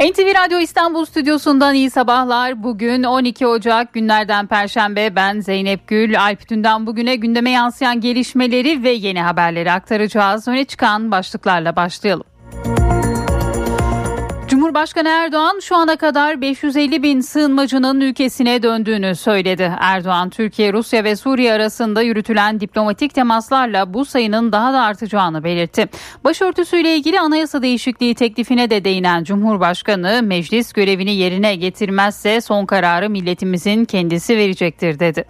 NTV Radyo İstanbul Stüdyosu'ndan iyi sabahlar. Bugün 12 Ocak günlerden Perşembe. Ben Zeynep Gül. Alp Dünden bugüne gündeme yansıyan gelişmeleri ve yeni haberleri aktaracağız. Öne çıkan başlıklarla başlayalım. Cumhurbaşkanı Erdoğan şu ana kadar 550 bin sığınmacının ülkesine döndüğünü söyledi. Erdoğan, Türkiye, Rusya ve Suriye arasında yürütülen diplomatik temaslarla bu sayının daha da artacağını belirtti. Başörtüsüyle ilgili anayasa değişikliği teklifine de değinen Cumhurbaşkanı, meclis görevini yerine getirmezse son kararı milletimizin kendisi verecektir dedi.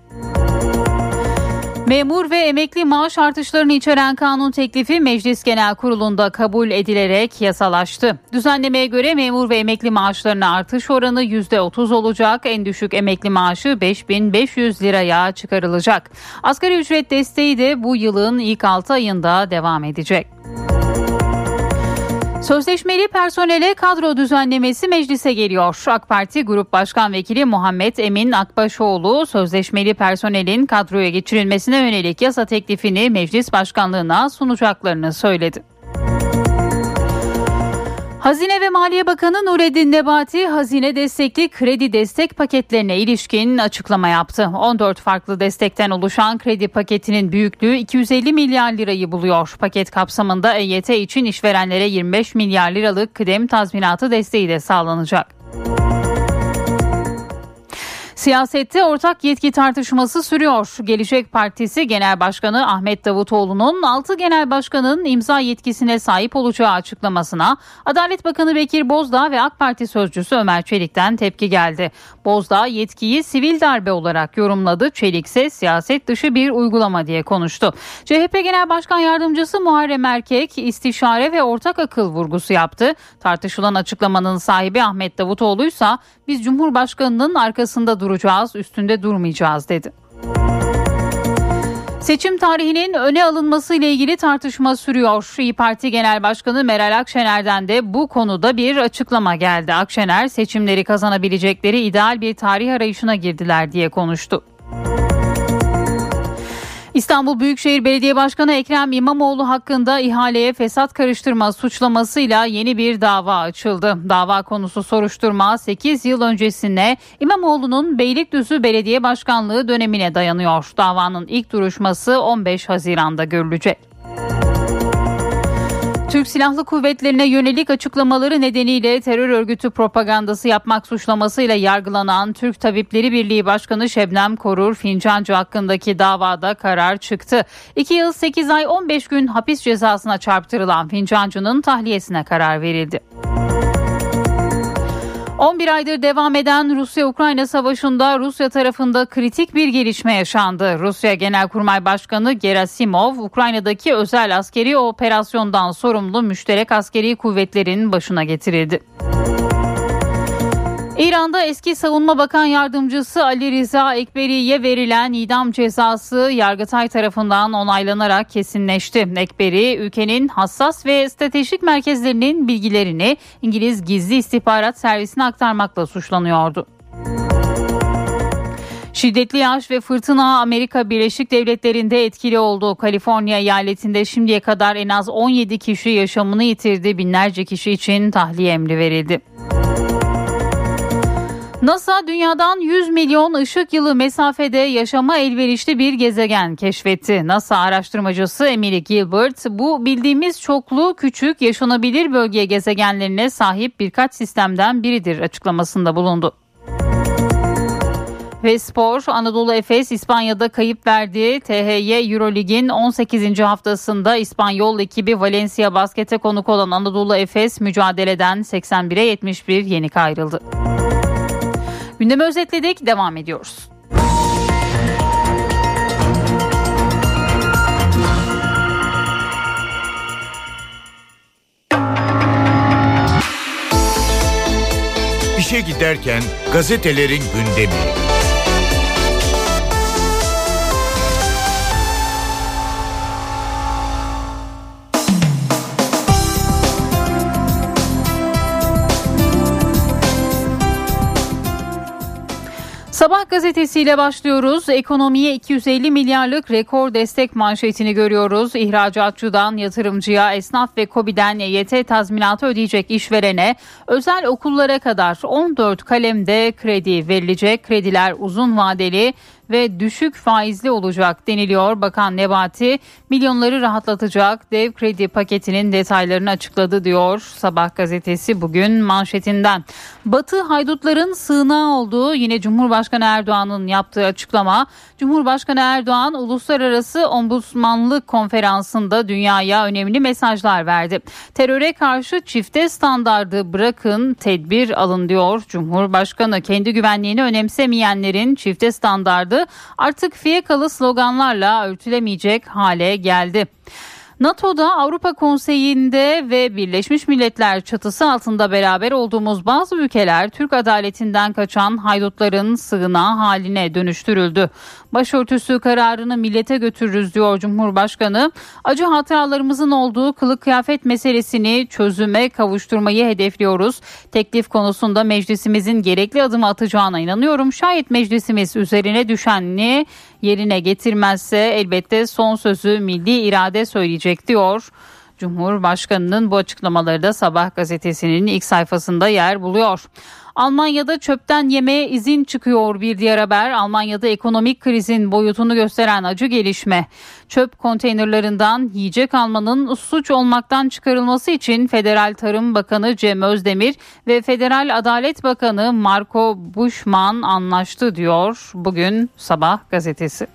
Memur ve emekli maaş artışlarını içeren kanun teklifi Meclis Genel Kurulu'nda kabul edilerek yasalaştı. Düzenlemeye göre memur ve emekli maaşlarına artış oranı %30 olacak. En düşük emekli maaşı 5.500 liraya çıkarılacak. Asgari ücret desteği de bu yılın ilk 6 ayında devam edecek. Sözleşmeli personele kadro düzenlemesi meclise geliyor. AK Parti Grup Başkan Vekili Muhammed Emin Akbaşoğlu, sözleşmeli personelin kadroya geçirilmesine yönelik yasa teklifini meclis başkanlığına sunacaklarını söyledi. Hazine ve Maliye Bakanı Nureddin Nebati, hazine destekli kredi destek paketlerine ilişkin açıklama yaptı. 14 farklı destekten oluşan kredi paketinin büyüklüğü 250 milyar lirayı buluyor. Paket kapsamında EYT için işverenlere 25 milyar liralık kıdem tazminatı desteği de sağlanacak. Siyasette ortak yetki tartışması sürüyor. Gelecek Partisi Genel Başkanı Ahmet Davutoğlu'nun 6 genel başkanın imza yetkisine sahip olacağı açıklamasına Adalet Bakanı Bekir Bozdağ ve AK Parti sözcüsü Ömer Çelik'ten tepki geldi. Bozdağ yetkiyi sivil darbe olarak yorumladı. Çelik ise siyaset dışı bir uygulama diye konuştu. CHP Genel Başkan Yardımcısı Muharrem Erkek istişare ve ortak akıl vurgusu yaptı. Tartışılan açıklamanın sahibi Ahmet Davutoğlu ise biz Cumhurbaşkanı'nın arkasında duracağız, üstünde durmayacağız dedi. Seçim tarihinin öne alınması ile ilgili tartışma sürüyor. İYİ Parti Genel Başkanı Meral Akşener'den de bu konuda bir açıklama geldi. Akşener, seçimleri kazanabilecekleri ideal bir tarih arayışına girdiler diye konuştu. İstanbul Büyükşehir Belediye Başkanı Ekrem İmamoğlu hakkında ihaleye fesat karıştırma suçlamasıyla yeni bir dava açıldı. Dava konusu soruşturma 8 yıl öncesine İmamoğlu'nun Beylikdüzü Belediye Başkanlığı dönemine dayanıyor. Davanın ilk duruşması 15 Haziran'da görülecek. Türk Silahlı Kuvvetlerine yönelik açıklamaları nedeniyle terör örgütü propagandası yapmak suçlamasıyla yargılanan Türk Tabipleri Birliği Başkanı Şebnem Korur Fincancı hakkındaki davada karar çıktı. 2 yıl 8 ay 15 gün hapis cezasına çarptırılan Fincancı'nın tahliyesine karar verildi. 11 aydır devam eden Rusya-Ukrayna savaşında Rusya tarafında kritik bir gelişme yaşandı. Rusya Genelkurmay Başkanı Gerasimov, Ukrayna'daki özel askeri operasyondan sorumlu müşterek askeri kuvvetlerin başına getirildi. İran'da eski Savunma Bakan Yardımcısı Ali Rıza Ekberi'ye verilen idam cezası Yargıtay tarafından onaylanarak kesinleşti. Ekberi, ülkenin hassas ve stratejik merkezlerinin bilgilerini İngiliz Gizli İstihbarat Servisi'ne aktarmakla suçlanıyordu. Şiddetli yağış ve fırtına Amerika Birleşik Devletleri'nde etkili oldu. Kaliforniya eyaletinde şimdiye kadar en az 17 kişi yaşamını yitirdi. Binlerce kişi için tahliye emri verildi. NASA dünyadan 100 milyon ışık yılı mesafede yaşama elverişli bir gezegen keşfetti. NASA araştırmacısı Emily Gilbert, bu bildiğimiz çoklu küçük yaşanabilir bölge gezegenlerine sahip birkaç sistemden biridir açıklamasında bulundu. Ve spor, Anadolu Efes İspanya'da kayıp verdiği THY Eurolig'in 18. haftasında İspanyol ekibi Valencia Basket'e konuk olan Anadolu Efes mücadeleden 81'e 71 yenik ayrıldı. Gündemi özetledik, devam ediyoruz. İşe giderken gazetelerin gündemi. Sabah gazetesiyle başlıyoruz. Ekonomiye 250 milyarlık rekor destek manşetini görüyoruz. İhracatçıdan yatırımcıya, esnaf ve KOBİ'den EYT tazminatı ödeyecek işverene, özel okullara kadar 14 kalemde kredi verilecek. Krediler uzun vadeli ve düşük faizli olacak deniliyor. Bakan Nebati milyonları rahatlatacak dev kredi paketinin detaylarını açıkladı diyor Sabah gazetesi bugün manşetinden. Batı haydutların sığınağı olduğu yine Cumhurbaşkanı Erdoğan'ın yaptığı açıklama. Cumhurbaşkanı Erdoğan Uluslararası Ombudsmanlık Konferansı'nda dünyaya önemli mesajlar verdi. Teröre karşı çifte standardı bırakın, tedbir alın diyor Cumhurbaşkanı. Kendi güvenliğini önemsemeyenlerin çifte standardı artık fiyakalı sloganlarla örtülemeyecek hale geldi. NATO'da, Avrupa Konseyi'nde ve Birleşmiş Milletler çatısı altında beraber olduğumuz bazı ülkeler Türk adaletinden kaçan haydutların sığınağı haline dönüştürüldü. Başörtüsü kararını millete götürürüz diyor Cumhurbaşkanı. Acı hatıralarımızın olduğu kılık kıyafet meselesini çözüme kavuşturmayı hedefliyoruz. Teklif konusunda meclisimizin gerekli adımı atacağına inanıyorum. Şayet meclisimiz üzerine düşeni yerine getirmezse elbette son sözü milli irade söyleyecek diyor. Cumhurbaşkanının bu açıklamaları da Sabah gazetesinin ilk sayfasında yer buluyor. Almanya'da çöpten yemeye izin çıkıyor bir diğer haber. Almanya'da ekonomik krizin boyutunu gösteren acı gelişme. Çöp konteynerlarından yiyecek almanın suç olmaktan çıkarılması için Federal Tarım Bakanı Cem Özdemir ve Federal Adalet Bakanı Marco Buschmann anlaştı diyor bugün Sabah gazetesi.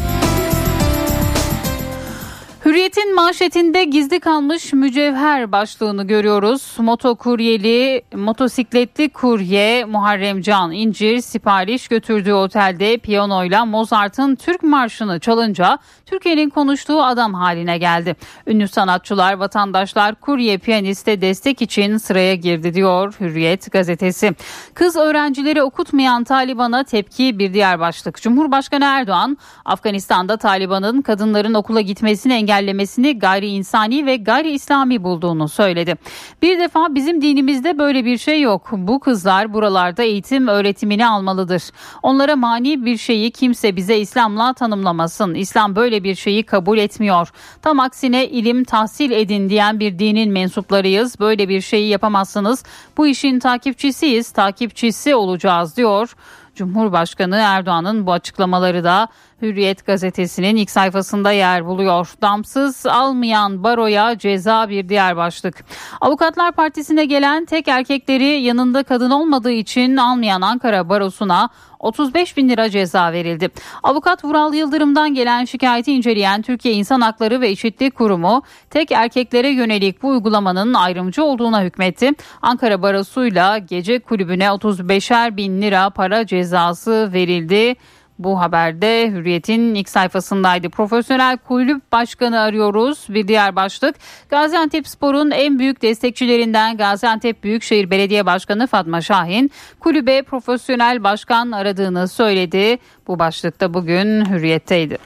Hürriyet'in manşetinde gizli kalmış mücevher başlığını görüyoruz. Motosikletli kurye Muharrem Can İncir sipariş götürdüğü otelde piyanoyla Mozart'ın Türk Marşı'nı çalınca Türkiye'nin konuştuğu adam haline geldi. Ünlü sanatçılar, vatandaşlar kurye piyaniste destek için sıraya girdi diyor Hürriyet gazetesi. Kız öğrencileri okutmayan Taliban'a tepki bir diğer başlık. Cumhurbaşkanı Erdoğan, Afganistan'da Taliban'ın kadınların okula gitmesini engellemesini gayri insani ve gayri İslami bulduğunu söyledi. Bir defa bizim dinimizde böyle bir şey yok. Bu kızlar buralarda eğitim öğretimini almalıdır. Onlara mani bir şeyi kimse bize İslam'la tanımlamasın. İslam böyle bir şeyi kabul etmiyor. Tam aksine ilim tahsil edin diyen bir dinin mensuplarıyız. Böyle bir şeyi yapamazsınız. Bu işin takipçisiyiz, takipçisi olacağız diyor. Cumhurbaşkanı Erdoğan'ın bu açıklamaları da Hürriyet gazetesinin ilk sayfasında yer buluyor. Damsız almayan baroya ceza bir diğer başlık. Avukatlar Partisi'ne gelen tek erkekleri yanında kadın olmadığı için almayan Ankara Barosu'na 35 bin lira ceza verildi. Avukat Vural Yıldırım'dan gelen şikayeti inceleyen Türkiye İnsan Hakları ve Eşitlik Kurumu tek erkeklere yönelik bu uygulamanın ayrımcı olduğuna hükmetti. Ankara Barosu'yla gece kulübüne 35'er bin lira para cezası verildi. Bu haberde Hürriyet'in ilk sayfasındaydı. Profesyonel kulüp başkanı arıyoruz. Bir diğer başlık. Gaziantepspor'un en büyük destekçilerinden Gaziantep Büyükşehir Belediye Başkanı Fatma Şahin kulübe profesyonel başkan aradığını söyledi. Bu başlıkta bugün Hürriyet'teydi.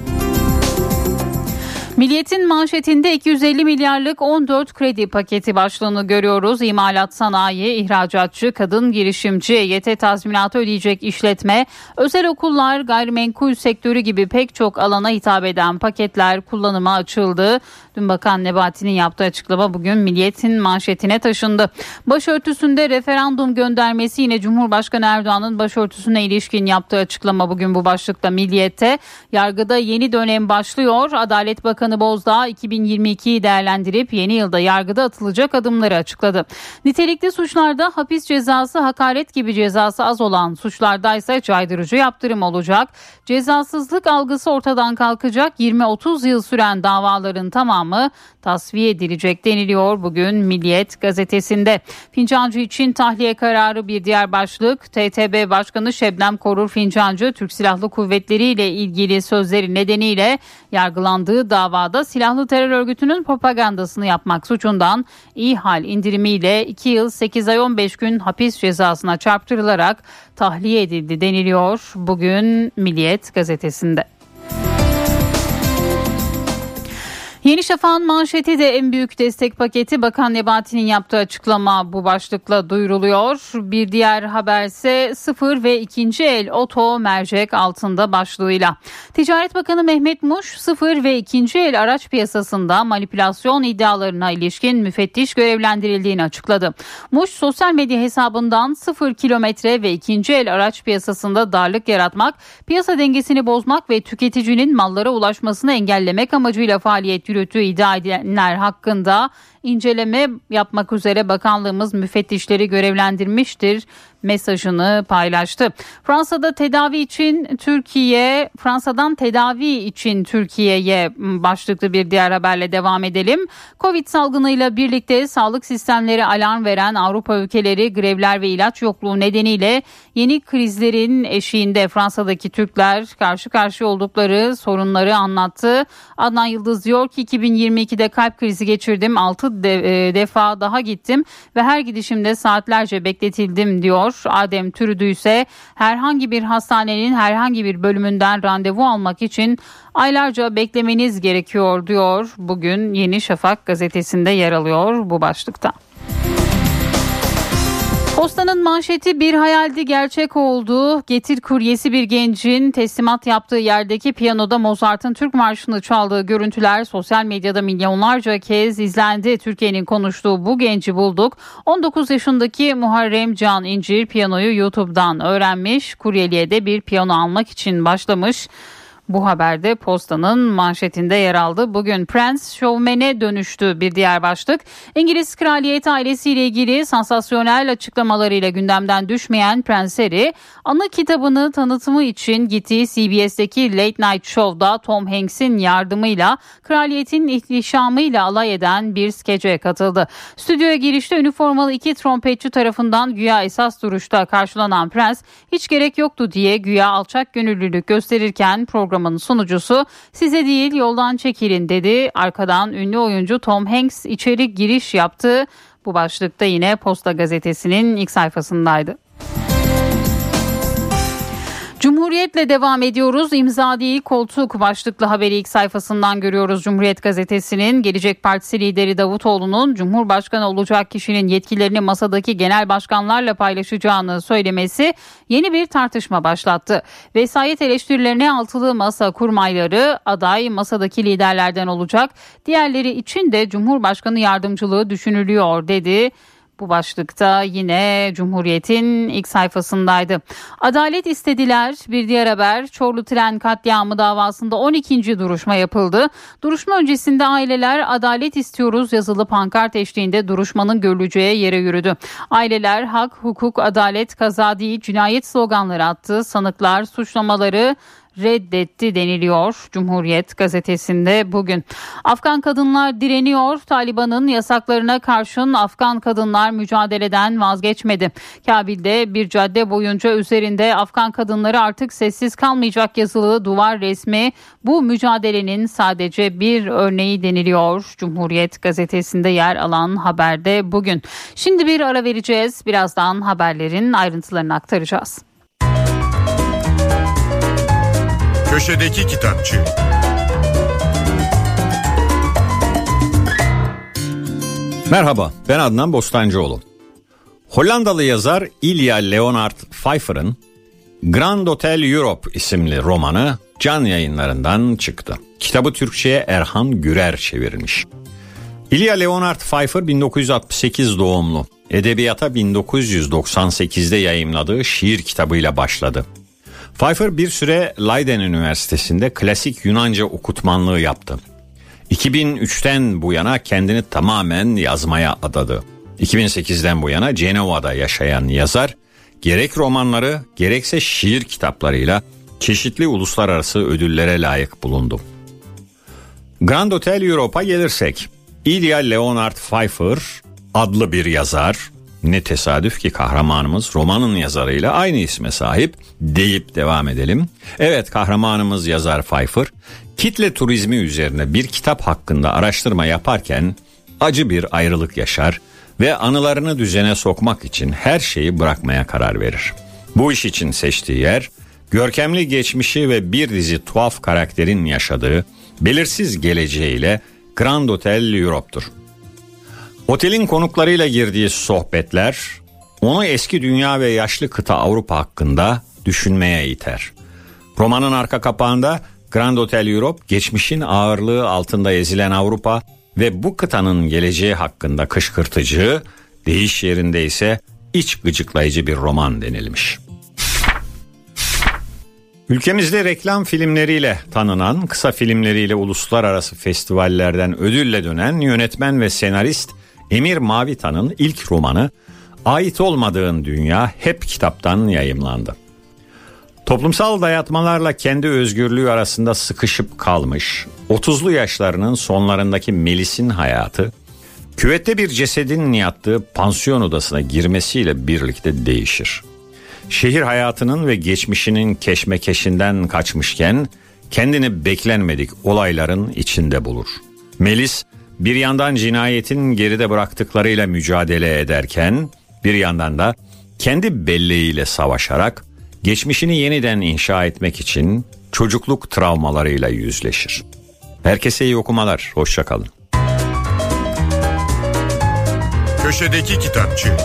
Milliyet'in manşetinde 250 milyarlık 14 kredi paketi başlığını görüyoruz. İmalat sanayi, ihracatçı, kadın girişimci, EYT tazminatı ödeyecek işletme, özel okullar, gayrimenkul sektörü gibi pek çok alana hitap eden paketler kullanıma açıldı. Dün Bakan Nebati'nin yaptığı açıklama bugün Milliyet'in manşetine taşındı. Başörtüsünde referandum göndermesi yine Cumhurbaşkanı Erdoğan'ın başörtüsüne ilişkin yaptığı açıklama bugün bu başlıkta Milliyet'te. Yargıda yeni dönem başlıyor. Adalet Bakanı Bozdağ 2022'yi değerlendirip yeni yılda yargıda atılacak adımları açıkladı. Nitelikli suçlarda hapis cezası, hakaret gibi cezası az olan suçlardaysa caydırıcı yaptırım olacak. Cezasızlık algısı ortadan kalkacak. 20-30 yıl süren davaların tamamı tasfiye edilecek deniliyor bugün Milliyet gazetesinde. Fincancı için tahliye kararı bir diğer başlık. TTB Başkanı Şebnem Korur Fincancı, Türk Silahlı Kuvvetleri ile ilgili sözleri nedeniyle yargılandığı davada silahlı terör örgütünün propagandasını yapmak suçundan ihal indirimiyle 2 yıl 8 ay 15 gün hapis cezasına çarptırılarak tahliye edildi deniliyor bugün Milliyet gazetesinde. Yeni Şafak'ın manşeti de en büyük destek paketi. Bakan Nebati'nin yaptığı açıklama bu başlıkla duyuruluyor. Bir diğer haberse sıfır ve ikinci el oto mercek altında başlığıyla. Ticaret Bakanı Mehmet Muş sıfır ve ikinci el araç piyasasında manipülasyon iddialarına ilişkin müfettiş görevlendirildiğini açıkladı. Muş sosyal medya hesabından 0 kilometre ve ikinci el araç piyasasında darlık yaratmak, piyasa dengesini bozmak ve tüketicinin mallara ulaşmasını engellemek amacıyla faaliyet yürüttüğü iddia edilenler hakkında inceleme yapmak üzere bakanlığımız müfettişleri görevlendirmiştir mesajını paylaştı. Fransa'dan tedavi için Türkiye'ye başlıklı bir diğer haberle devam edelim. Covid salgınıyla birlikte sağlık sistemleri alarm veren Avrupa ülkeleri grevler ve ilaç yokluğu nedeniyle yeni krizlerin eşiğinde Fransa'daki Türkler karşı karşıya oldukları sorunları anlattı. Adnan Yıldız diyor ki 2022'de kalp krizi geçirdim, 6 defa daha gittim ve her gidişimde saatlerce bekletildim diyor. Adem Türüdü ise herhangi bir hastanenin herhangi bir bölümünden randevu almak için aylarca beklemeniz gerekiyor diyor. Bugün Yeni Şafak gazetesinde yer alıyor bu başlıkta. Postanın manşeti bir hayaldi gerçek oldu. Getir kuryesi bir gencin teslimat yaptığı yerdeki piyanoda Mozart'ın Türk Marşı'nı çaldığı görüntüler sosyal medyada milyonlarca kez izlendi. Türkiye'nin konuştuğu bu genci bulduk. 19 yaşındaki Muharrem Can İncir piyanoyu YouTube'dan öğrenmiş. Kuryeliğe de bir piyano almak için başlamış. Bu haberde Posta'nın manşetinde yer aldı. Bugün Prens şovmene dönüştü bir diğer başlık. İngiliz kraliyet ailesiyle ilgili sansasyonel açıklamalarıyla gündemden düşmeyen Prens Harry, anı kitabını tanıtımı için gittiği CBS'deki Late Night Show'da Tom Hanks'in yardımıyla kraliyetin ihtişamıyla alay eden bir skece katıldı. Stüdyoya girişte üniformalı 2 trompetçi tarafından güya esas duruşta karşılanan Prens, hiç gerek yoktu diye güya alçak gönüllülük gösterirken programın sunucusu size değil yoldan çekilin dedi. Arkadan ünlü oyuncu Tom Hanks içeri giriş yaptı. Bu başlıkta yine Posta gazetesinin ilk sayfasındaydı. Cumhuriyet'le devam ediyoruz. İmza değil koltuk başlıklı haberi ilk sayfasından görüyoruz Cumhuriyet gazetesinin. Gelecek Partisi lideri Davutoğlu'nun Cumhurbaşkanı olacak kişinin yetkilerini masadaki genel başkanlarla paylaşacağını söylemesi yeni bir tartışma başlattı. Vesayet eleştirilerine altılı masa kurmayları aday masadaki liderlerden olacak. Diğerleri için de Cumhurbaşkanı yardımcılığı düşünülüyor dedi. Bu başlıkta yine Cumhuriyet'in ilk sayfasındaydı. Adalet istediler. Bir diğer haber, Çorlu tren katliamı davasında 12. duruşma yapıldı. Duruşma öncesinde aileler adalet istiyoruz yazılı pankart eşliğinde duruşmanın görüleceği yere yürüdü. Aileler hak, hukuk, adalet, kaza değil cinayet sloganları attı. Sanıklar suçlamaları reddetti deniliyor Cumhuriyet gazetesinde bugün. Afgan kadınlar direniyor. Taliban'ın yasaklarına karşın Afgan kadınlar mücadeleden vazgeçmedi. Kabil'de bir cadde boyunca üzerinde Afgan kadınları artık sessiz kalmayacak yazılı duvar resmi bu mücadelenin sadece bir örneği deniliyor Cumhuriyet gazetesinde yer alan haberde bugün. Şimdi bir ara vereceğiz. Birazdan haberlerin ayrıntılarını aktaracağız. Köşedeki Kitapçı. Merhaba, ben Adnan Bostancıoğlu. Hollandalı yazar Ilja Leonard Pfeiffer'ın Grand Hotel Europe isimli romanı Can Yayınları'ndan çıktı. Kitabı Türkçe'ye Erhan Gürer çevirmiş. Ilja Leonard Pfeiffer 1968 doğumlu. Edebiyata 1998'de yayımladığı şiir kitabıyla başladı. Pfeiffer bir süre Leiden Üniversitesi'nde klasik Yunanca okutmanlığı yaptı. 2003'ten bu yana kendini tamamen yazmaya adadı. 2008'den bu yana Cenova'da yaşayan yazar, gerek romanları gerekse şiir kitaplarıyla çeşitli uluslararası ödüllere layık bulundu. Grand Hotel Europe'a gelirsek, Ilja Leonard Pfeiffer adlı bir yazar, ne tesadüf ki kahramanımız romanın yazarıyla aynı isme sahip deyip devam edelim. Evet, kahramanımız yazar Pfeiffer, kitle turizmi üzerine bir kitap hakkında araştırma yaparken acı bir ayrılık yaşar ve anılarını düzene sokmak için her şeyi bırakmaya karar verir. Bu iş için seçtiği yer, görkemli geçmişi ve bir dizi tuhaf karakterin yaşadığı belirsiz geleceğiyle Grand Hotel Europe'dur. Otelin konuklarıyla girdiği sohbetler onu eski dünya ve yaşlı kıta Avrupa hakkında düşünmeye iter. Romanın arka kapağında Grand Hotel Europe, geçmişin ağırlığı altında ezilen Avrupa ve bu kıtanın geleceği hakkında kışkırtıcı, deyiş yerinde ise iç gıcıklayıcı bir roman denilmiş. Ülkemizde reklam filmleriyle tanınan, kısa filmleriyle uluslararası festivallerden ödülle dönen yönetmen ve senarist Emir Mavitan'ın ilk romanı Ait Olmadığın Dünya Hep kitaptan yayımlandı. Toplumsal dayatmalarla kendi özgürlüğü arasında sıkışıp kalmış 30'lu yaşlarının sonlarındaki Melis'in hayatı, küvette bir cesedin yattığı pansiyon odasına girmesiyle birlikte değişir. Şehir hayatının ve geçmişinin keşmekeşinden kaçmışken kendini beklenmedik olayların içinde bulur. Melis bir yandan cinayetin geride bıraktıklarıyla mücadele ederken bir yandan da kendi belleğiyle savaşarak geçmişini yeniden inşa etmek için çocukluk travmalarıyla yüzleşir. Herkese iyi okumalar, hoşça kalın. Köşedeki Kitapçı.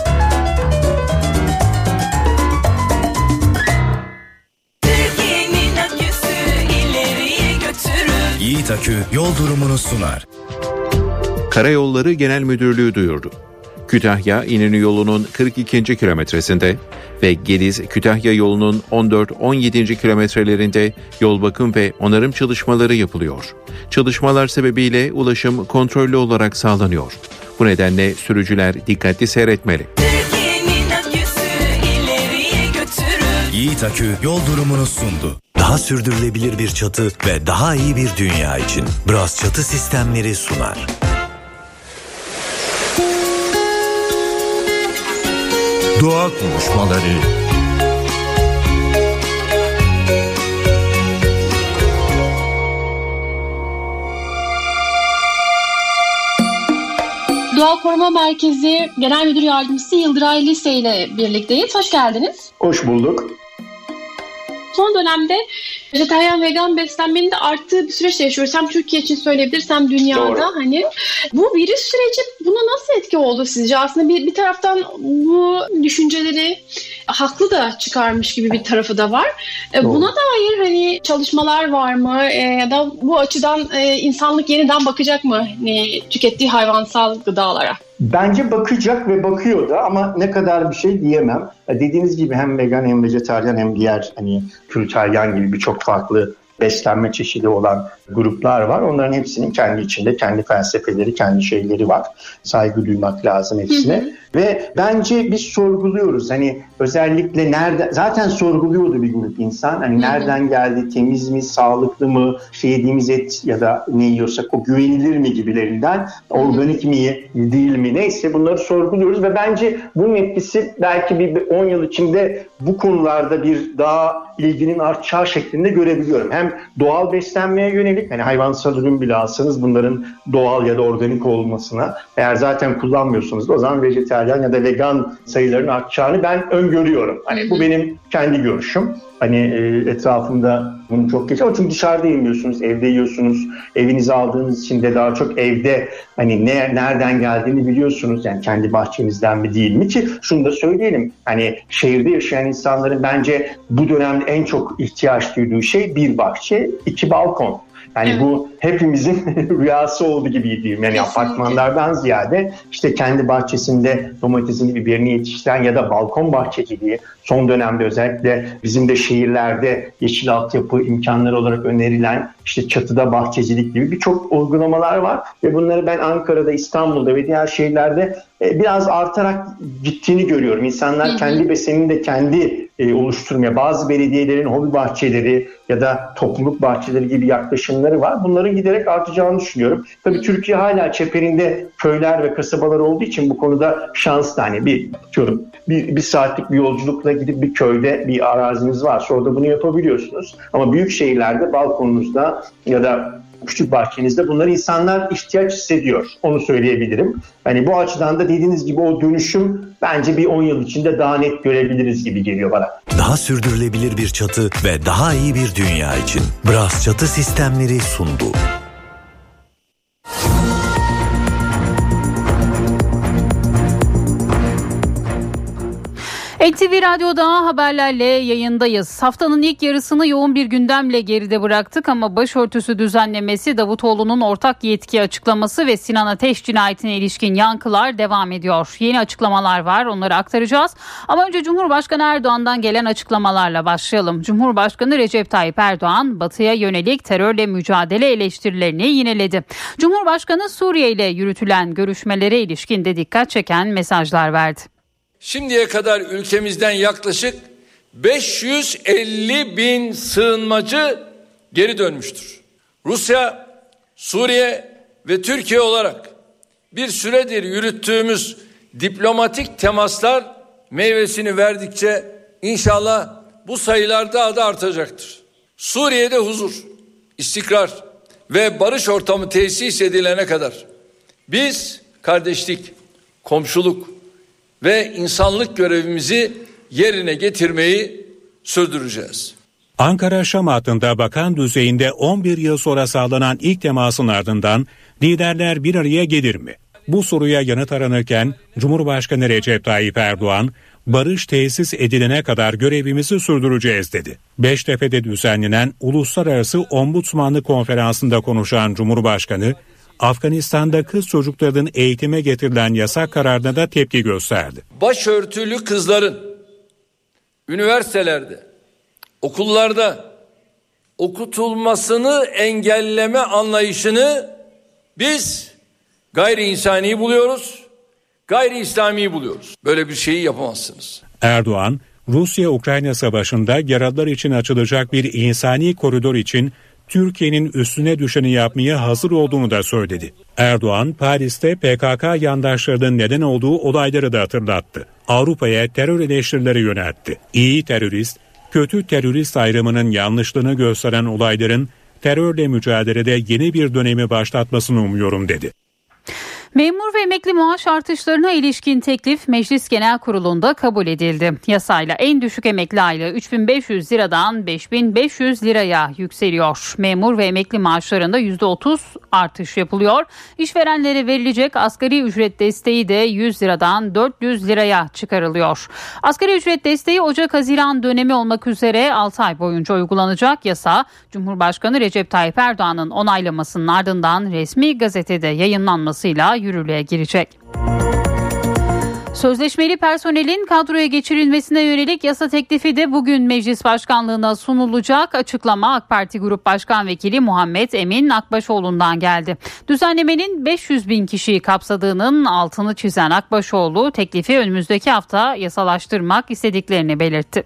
Yiğit Akü yol durumunu sunar. Karayolları Genel Müdürlüğü duyurdu. Kütahya İnönü yolunun 42. kilometresinde ve Gediz-Kütahya yolunun 14-17. kilometrelerinde yol bakım ve onarım çalışmaları yapılıyor. Çalışmalar sebebiyle ulaşım kontrollü olarak sağlanıyor. Bu nedenle sürücüler dikkatli seyretmeli. Yiğit Akü yol durumunu sundu. Daha sürdürülebilir bir çatı ve daha iyi bir dünya için Bras Çatı Sistemleri sunar. Doğa konuşmaları. Doğa Koruma Merkezi Genel Müdür Yardımcısı Yıldıray Lise ile birlikteyiz. Hoş geldiniz. Hoş bulduk. Son dönemde vejetaryen vegan beslenmenin de arttığı bir süreçte yaşıyoruz. Hem Türkiye için söyleyebiliriz hem dünyada. Doğru. Hani bu virüs süreci buna nasıl etki oldu sizce? Aslında bir taraftan bu düşünceleri haklı da çıkarmış gibi bir tarafı da var. Buna dair hani çalışmalar var mı? Ya da bu açıdan insanlık yeniden bakacak mı tükettiği hayvansal gıdalara? Bence bakacak ve bakıyor da ama ne kadar bir şey diyemem. Dediğiniz gibi hem vegan hem vejetaryen hem diğer hani külteryen gibi birçok farklı beslenme çeşidi olan gruplar var. Onların hepsinin kendi içinde kendi felsefeleri, kendi şeyleri var. Saygı duymak lazım hepsine. Ve bence biz sorguluyoruz. Hani özellikle nerede zaten sorguluyordu bir grup insan. Hani nereden geldi, temiz mi, sağlıklı mı, yediğimiz et ya da ne yiyorsak o güvenilir mi gibilerinden, organik mi, değil mi, neyse bunları sorguluyoruz ve bence bunun etkisi belki bir 10 yıl içinde bu konularda bir daha ilginin artacağı şeklinde görebiliyorum. Hem doğal beslenmeye yönelik, hani hayvansal ürün bile alsanız bunların doğal ya da organik olmasına, eğer zaten kullanmıyorsanız da o zaman vejetaryen ya da vegan sayılarının artacağını ben öngörüyorum. Hani bu benim kendi görüşüm. Hani etrafımda bunu çok geç ama çünkü dışarıda yemiyorsunuz, evde yiyorsunuz. Evinize aldığınız için de daha çok evde hani nereden geldiğini biliyorsunuz. Yani kendi bahçenizden mi değil mi ki şunu da söyleyelim. Hani şehirde yaşayan insanların bence bu dönemde en çok ihtiyaç duyduğu şey bir bahçe, 2 balkon. Yani bu hepimizin rüyası oldu gibi diyeyim. Yani apartmanlardan ziyade işte kendi bahçesinde domatesini, biberini yetiştiren ya da balkon bahçeciliği son dönemde özellikle bizim de şehirlerde yeşil altyapı imkanları olarak önerilen işte çatıda bahçecilik gibi birçok uygulamalar var. Ve bunları ben Ankara'da, İstanbul'da ve diğer şehirlerde biraz artarak gittiğini görüyorum. İnsanlar kendi besenini de kendi oluşturmaya, bazı belediyelerin hobi bahçeleri ya da topluluk bahçeleri gibi yaklaşımları var. Bunların giderek artacağını düşünüyorum. Tabii Türkiye hala çeperinde köyler ve kasabalar olduğu için bu konuda şanslı. Hani bir saatlik bir yolculukla gidip bir köyde bir araziniz varsa orada bunu yapabiliyorsunuz. Ama büyük şehirlerde balkonunuzda ya da küçük bahçenizde bunları insanlar ihtiyaç hissediyor. Onu söyleyebilirim. Hani bu açıdan da dediğiniz gibi o dönüşüm bence bir 10 yıl içinde daha net görebiliriz gibi geliyor bana. Daha sürdürülebilir bir çatı ve daha iyi bir dünya için Bras Çatı Sistemleri sundu. NTV Radyo'da haberlerle yayındayız. Haftanın ilk yarısını yoğun bir gündemle geride bıraktık ama başörtüsü düzenlemesi, Davutoğlu'nun ortak yetki açıklaması ve Sinan Ateş cinayetine ilişkin yankılar devam ediyor. Yeni açıklamalar var, onları aktaracağız. Ama önce Cumhurbaşkanı Erdoğan'dan gelen açıklamalarla başlayalım. Cumhurbaşkanı Recep Tayyip Erdoğan, Batı'ya yönelik terörle mücadele eleştirilerini yineledi. Cumhurbaşkanı Suriye ile yürütülen görüşmelere ilişkin de dikkat çeken mesajlar verdi. Şimdiye kadar ülkemizden yaklaşık 550 bin sığınmacı geri dönmüştür. Rusya, Suriye ve Türkiye olarak bir süredir yürüttüğümüz diplomatik temaslar meyvesini verdikçe inşallah bu sayılar daha da artacaktır. Suriye'de huzur, istikrar ve barış ortamı tesis edilene kadar biz kardeşlik, komşuluk ve insanlık görevimizi yerine getirmeyi sürdüreceğiz. Ankara-Şam hattında bakan düzeyinde 11 yıl sonra sağlanan ilk temasın ardından liderler bir araya gelir mi? Bu soruya yanıt aranırken Cumhurbaşkanı Recep Tayyip Erdoğan, barış tesis edilene kadar görevimizi sürdüreceğiz dedi. Beştepe'de düzenlenen Uluslararası Ombudsmanlık Konferansı'nda konuşan Cumhurbaşkanı, Afganistan'da kız çocuklarının eğitime getirilen yasak kararına da tepki gösterdi. Başörtülü kızların üniversitelerde, okullarda okutulmasını engelleme anlayışını biz gayri insani buluyoruz, gayri İslami buluyoruz. Böyle bir şeyi yapamazsınız. Erdoğan, Rusya-Ukrayna savaşında yaralılar için açılacak bir insani koridor için Türkiye'nin üstüne düşeni yapmaya hazır olduğunu da söyledi. Erdoğan, Paris'te PKK yandaşlarının neden olduğu olayları da hatırlattı. Avrupa'ya terör eleştirileri yöneltti. İyi terörist, kötü terörist ayrımının yanlışlığını gösteren olayların terörle mücadelede yeni bir dönemi başlatmasını umuyorum dedi. Memur ve emekli maaş artışlarına ilişkin teklif Meclis Genel Kurulu'nda kabul edildi. Yasayla en düşük emekli aylığı 3.500 liradan 5.500 liraya yükseliyor. Memur ve emekli maaşlarında %30 artış yapılıyor. İşverenlere verilecek asgari ücret desteği de 100 liradan 400 liraya çıkarılıyor. Asgari ücret desteği Ocak-Haziran dönemi olmak üzere 6 ay boyunca uygulanacak. Yasa Cumhurbaşkanı Recep Tayyip Erdoğan'ın onaylamasının ardından resmi gazetede yayınlanmasıyla yürürlüğe girecek. Sözleşmeli personelin kadroya geçirilmesine yönelik yasa teklifi de bugün Meclis Başkanlığı'na sunulacak. Açıklama AK Parti Grup Başkan Vekili Muhammed Emin Akbaşoğlu'ndan geldi. Düzenlemenin 500 bin kişiyi kapsadığının altını çizen Akbaşoğlu, teklifi önümüzdeki hafta yasalaştırmak istediklerini belirtti.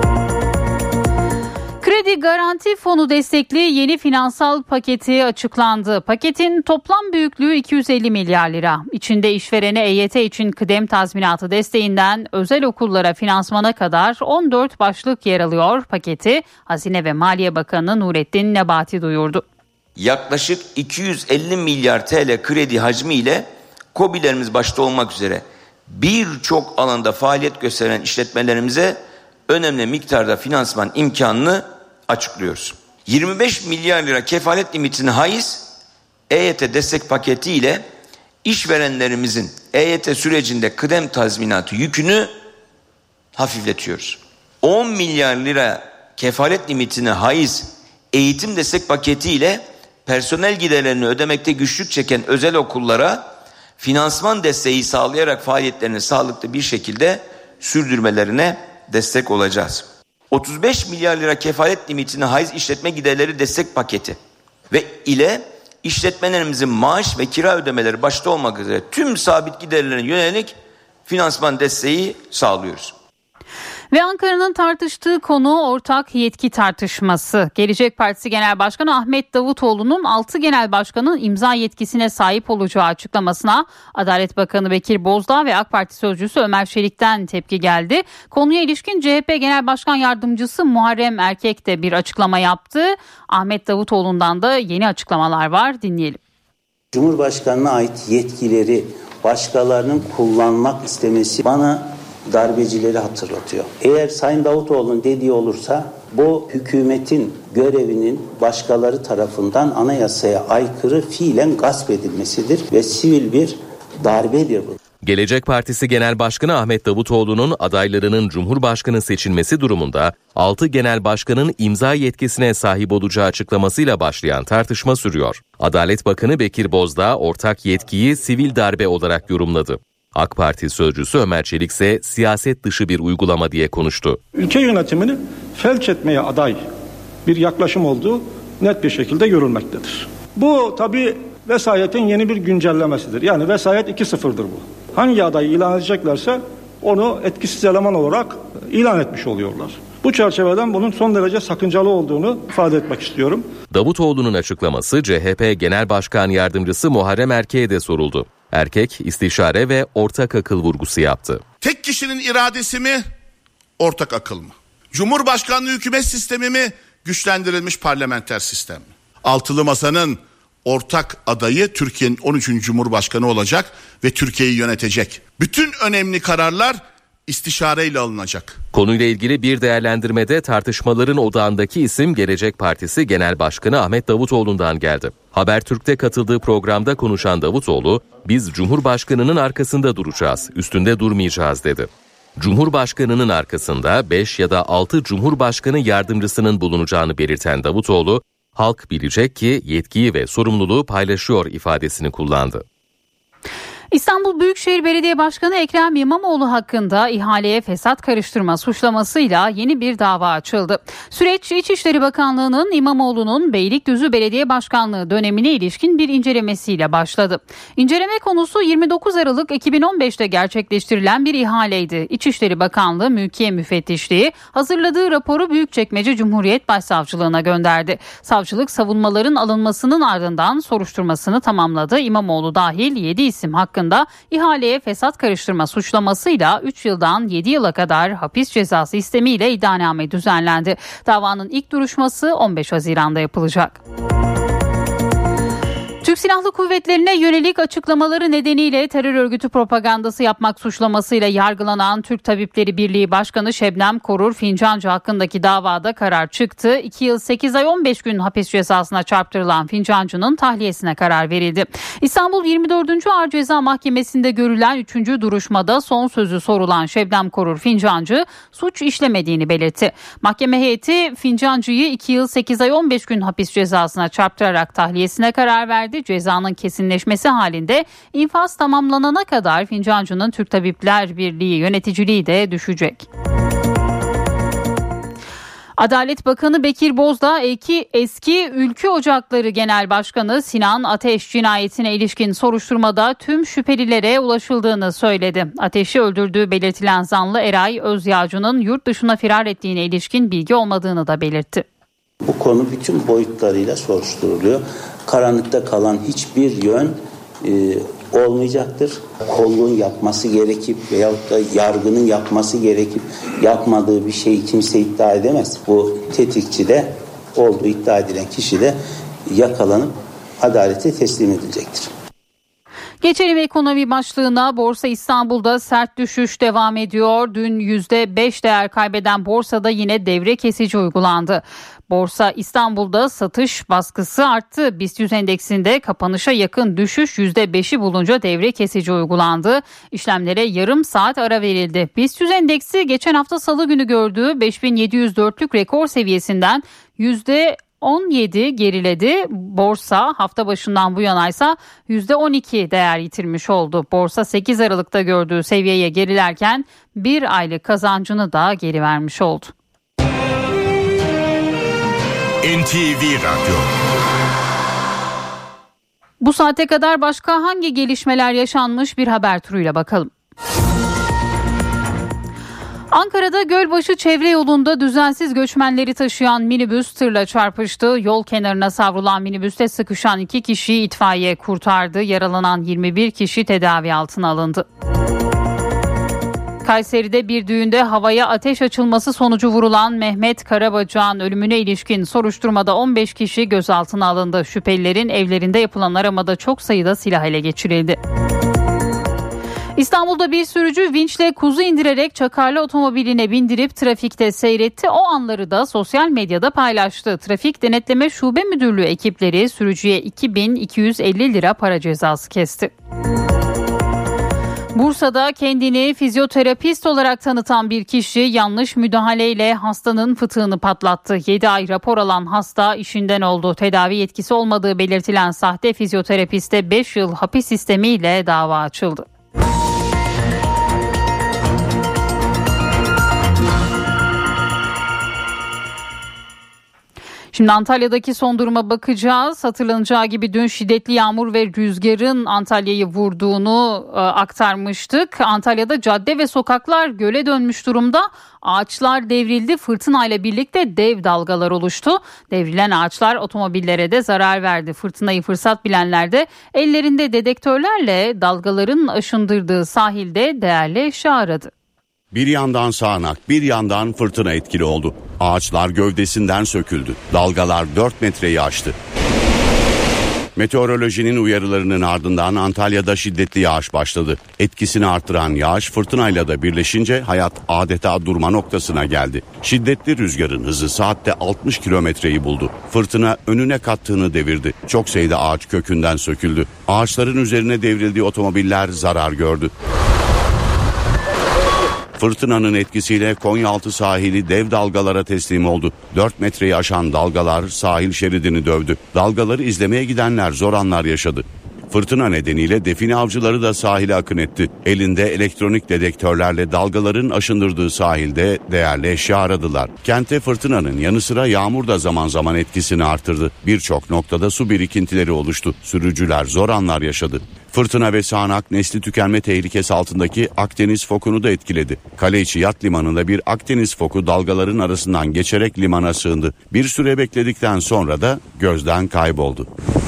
Kredi Garanti Fonu destekli yeni finansal paketi açıklandı. Paketin toplam büyüklüğü 250 milyar lira. İçinde işverene EYT için kıdem tazminatı desteğinden özel okullara finansmana kadar 14 başlık yer alıyor. Paketi Hazine ve Maliye Bakanı Nurettin Nebati duyurdu. Yaklaşık 250 milyar TL kredi hacmiyle KOBİ'lerimiz başta olmak üzere birçok alanda faaliyet gösteren işletmelerimize önemli miktarda finansman imkanını açıklıyoruz. 25 milyar lira kefalet limitini haiz EYT destek paketi ile işverenlerimizin EYT sürecinde kıdem tazminatı yükünü hafifletiyoruz. 10 milyar lira kefalet limitini haiz eğitim destek paketi ile personel giderlerini ödemekte güçlük çeken özel okullara finansman desteği sağlayarak faaliyetlerini sağlıklı bir şekilde sürdürmelerine destek olacağız. 35 milyar lira kefalet limitini haiz işletme giderleri destek paketi ve ile işletmelerimizin maaş ve kira ödemeleri başta olmak üzere tüm sabit giderlerine yönelik finansman desteği sağlıyoruz. Ve Ankara'nın tartıştığı konu ortak yetki tartışması. Gelecek Partisi Genel Başkanı Ahmet Davutoğlu'nun 6 genel başkanın imza yetkisine sahip olacağı açıklamasına Adalet Bakanı Bekir Bozdağ ve AK Parti Sözcüsü Ömer Çelik'ten tepki geldi. Konuya ilişkin CHP Genel Başkan Yardımcısı Muharrem Erkek de bir açıklama yaptı. Ahmet Davutoğlu'ndan da yeni açıklamalar var, dinleyelim. Cumhurbaşkanına ait yetkileri başkalarının kullanmak istemesi bana darbecileri hatırlatıyor. Eğer Sayın Davutoğlu'nun dediği olursa bu hükümetin görevinin başkaları tarafından anayasaya aykırı fiilen gasp edilmesidir ve sivil bir darbedir bu. Gelecek Partisi Genel Başkanı Ahmet Davutoğlu'nun adaylarının Cumhurbaşkanı seçilmesi durumunda 6 genel başkanın imza yetkisine sahip olacağı açıklamasıyla başlayan tartışma sürüyor. Adalet Bakanı Bekir Bozdağ ortak yetkiyi sivil darbe olarak yorumladı. AK Parti sözcüsü Ömer Çelik ise siyaset dışı bir uygulama diye konuştu. Ülke yönetimini felç etmeye aday bir yaklaşım olduğu net bir şekilde görülmektedir. Bu tabii vesayetin yeni bir güncellemesidir. Yani vesayet 2.0'dır bu. Hangi adayı ilan edeceklerse onu etkisiz eleman olarak ilan etmiş oluyorlar. Bu çerçeveden bunun son derece sakıncalı olduğunu ifade etmek istiyorum. Davutoğlu'nun açıklaması CHP Genel Başkan Yardımcısı Muharrem Erkek'e de soruldu. Erkek istişare ve ortak akıl vurgusu yaptı. Tek kişinin iradesi mi, ortak akıl mı? Cumhurbaşkanlığı hükümet sistemi mi, güçlendirilmiş parlamenter sistem mi? Altılı Masa'nın ortak adayı Türkiye'nin 13. Cumhurbaşkanı olacak ve Türkiye'yi yönetecek. Bütün önemli kararlar istişareyle alınacak. Konuyla ilgili bir değerlendirmede tartışmaların odağındaki isim Gelecek Partisi Genel Başkanı Ahmet Davutoğlu'ndan geldi. Habertürk'te katıldığı programda konuşan Davutoğlu, "Biz Cumhurbaşkanı'nın arkasında duracağız, üstünde durmayacağız." dedi. Cumhurbaşkanı'nın arkasında 5 ya da 6 Cumhurbaşkanı yardımcısının bulunacağını belirten Davutoğlu, "Halk bilecek ki yetkiyi ve sorumluluğu paylaşıyor" ifadesini kullandı. İstanbul Büyükşehir Belediye Başkanı Ekrem İmamoğlu hakkında ihaleye fesat karıştırma suçlamasıyla yeni bir dava açıldı. Süreç İçişleri Bakanlığı'nın İmamoğlu'nun Beylikdüzü Belediye Başkanlığı dönemine ilişkin bir incelemesiyle başladı. İnceleme konusu 29 Aralık 2015'te gerçekleştirilen bir ihaleydi. İçişleri Bakanlığı Mülkiye Müfettişliği hazırladığı raporu Büyükçekmece Cumhuriyet Başsavcılığına gönderdi. Savcılık savunmaların alınmasının ardından soruşturmasını tamamladı. İmamoğlu dahil 7 isim hakkında ihaleye fesat karıştırma suçlamasıyla 3 yıldan 7 yıla kadar hapis cezası istemiyle iddianame düzenlendi. Davanın ilk duruşması 15 Haziran'da yapılacak. Türk Silahlı Kuvvetleri'ne yönelik açıklamaları nedeniyle terör örgütü propagandası yapmak suçlamasıyla yargılanan Türk Tabipleri Birliği Başkanı Şebnem Korur Fincancı hakkındaki davada karar çıktı. 2 yıl 8 ay 15 gün hapis cezasına çarptırılan Fincancı'nın tahliyesine karar verildi. İstanbul 24. Ağır Ceza Mahkemesi'nde görülen 3. duruşmada son sözü sorulan Şebnem Korur Fincancı suç işlemediğini belirtti. Mahkeme heyeti Fincancı'yı 2 yıl 8 ay 15 gün hapis cezasına çarptırarak tahliyesine karar verdi. Cezanın kesinleşmesi halinde infaz tamamlanana kadar Fincancı'nın Türk Tabipler Birliği yöneticiliği de düşecek. Adalet Bakanı Bekir Bozdağ eski Ülkü Ocakları Genel Başkanı Sinan Ateş cinayetine ilişkin soruşturmada tüm şüphelilere ulaşıldığını söyledi. Ateş'i öldürdüğü belirtilen zanlı Eray Özyağcı'nın yurt dışına firar ettiğine ilişkin bilgi olmadığını da belirtti. Bu konu bütün boyutlarıyla soruşturuluyor. Karanlıkta kalan hiçbir yön olmayacaktır. Kolluğun yapması gerekip veyahut da yargının yapması gerekip yapmadığı bir şeyi kimse iddia edemez. Bu tetikçi de olduğu iddia edilen kişi de yakalanıp adalete teslim edilecektir. Geçelim ekonomi başlığına. Borsa İstanbul'da sert düşüş devam ediyor. Dün %5 değer kaybeden borsada yine devre kesici uygulandı. Borsa İstanbul'da satış baskısı arttı. BIST 100 endeksinde kapanışa yakın düşüş %5'i bulunca devre kesici uygulandı. İşlemlere yarım saat ara verildi. BIST 100 endeksi geçen hafta salı günü gördüğü 5704'lük rekor seviyesinden %17 geriledi. Borsa hafta başından bu yana ise %12 değer yitirmiş oldu. Borsa 8 Aralık'ta gördüğü seviyeye gerilerken bir aylık kazancını da geri vermiş oldu. NTV Radyo. Bu saate kadar başka hangi gelişmeler yaşanmış bir haber turuyla bakalım. Ankara'da Gölbaşı çevre yolunda düzensiz göçmenleri taşıyan minibüs tırla çarpıştı. Yol kenarına savrulan minibüste sıkışan 2 kişiyi itfaiye kurtardı. Yaralanan 21 kişi tedavi altına alındı. Kayseri'de bir düğünde havaya ateş açılması sonucu vurulan Mehmet Karabacak'ın ölümüne ilişkin soruşturmada 15 kişi gözaltına alındı. Şüphelilerin evlerinde yapılan aramada çok sayıda silah ele geçirildi. İstanbul'da bir sürücü vinçle kuzu indirerek çakarlı otomobiline bindirip trafikte seyretti. O anları da sosyal medyada paylaştı. Trafik Denetleme Şube Müdürlüğü ekipleri sürücüye 2250 lira para cezası kesti. Bursa'da kendini fizyoterapist olarak tanıtan bir kişi yanlış müdahaleyle hastanın fıtığını patlattı. 7 ay rapor alan hasta işinden oldu. Tedavi yetkisi olmadığı belirtilen sahte fizyoterapiste 5 yıl hapis sistemiyle dava açıldı. Şimdi Antalya'daki son duruma bakacağız. Hatırlanacağı gibi dün şiddetli yağmur ve rüzgarın Antalya'yı vurduğunu aktarmıştık. Antalya'da cadde ve sokaklar göle dönmüş durumda. Ağaçlar devrildi. Fırtınayla birlikte dev dalgalar oluştu. Devrilen ağaçlar otomobillere de zarar verdi. Fırtınayı fırsat bilenler de ellerinde dedektörlerle dalgaların aşındırdığı sahilde değerli eşya aradı. Bir yandan sağanak, bir yandan fırtına etkili oldu. Ağaçlar gövdesinden söküldü. Dalgalar 4 metreyi aştı. Meteorolojinin uyarılarının ardından Antalya'da şiddetli yağış başladı. Etkisini artıran yağış fırtınayla da birleşince hayat adeta durma noktasına geldi. Şiddetli rüzgarın hızı saatte 60 kilometreyi buldu. Fırtına önüne kattığını devirdi. Çok sayıda ağaç kökünden söküldü. Ağaçların üzerine devrildiği otomobiller zarar gördü. Fırtınanın etkisiyle Konyaaltı sahili dev dalgalara teslim oldu. 4 metreyi aşan dalgalar sahil şeridini dövdü. Dalgaları izlemeye gidenler zor anlar yaşadı. Fırtına nedeniyle define avcıları da sahile akın etti. Elinde elektronik dedektörlerle dalgaların aşındırdığı sahilde değerli eşya aradılar. Kente fırtınanın yanı sıra yağmur da zaman zaman etkisini artırdı. Birçok noktada su birikintileri oluştu. Sürücüler zor anlar yaşadı. Fırtına ve sağanak nesli tükenme tehlikesi altındaki Akdeniz fokunu da etkiledi. Kaleiçi Yat Limanı'nda bir Akdeniz foku dalgaların arasından geçerek limana sığındı. Bir süre bekledikten sonra da gözden kayboldu.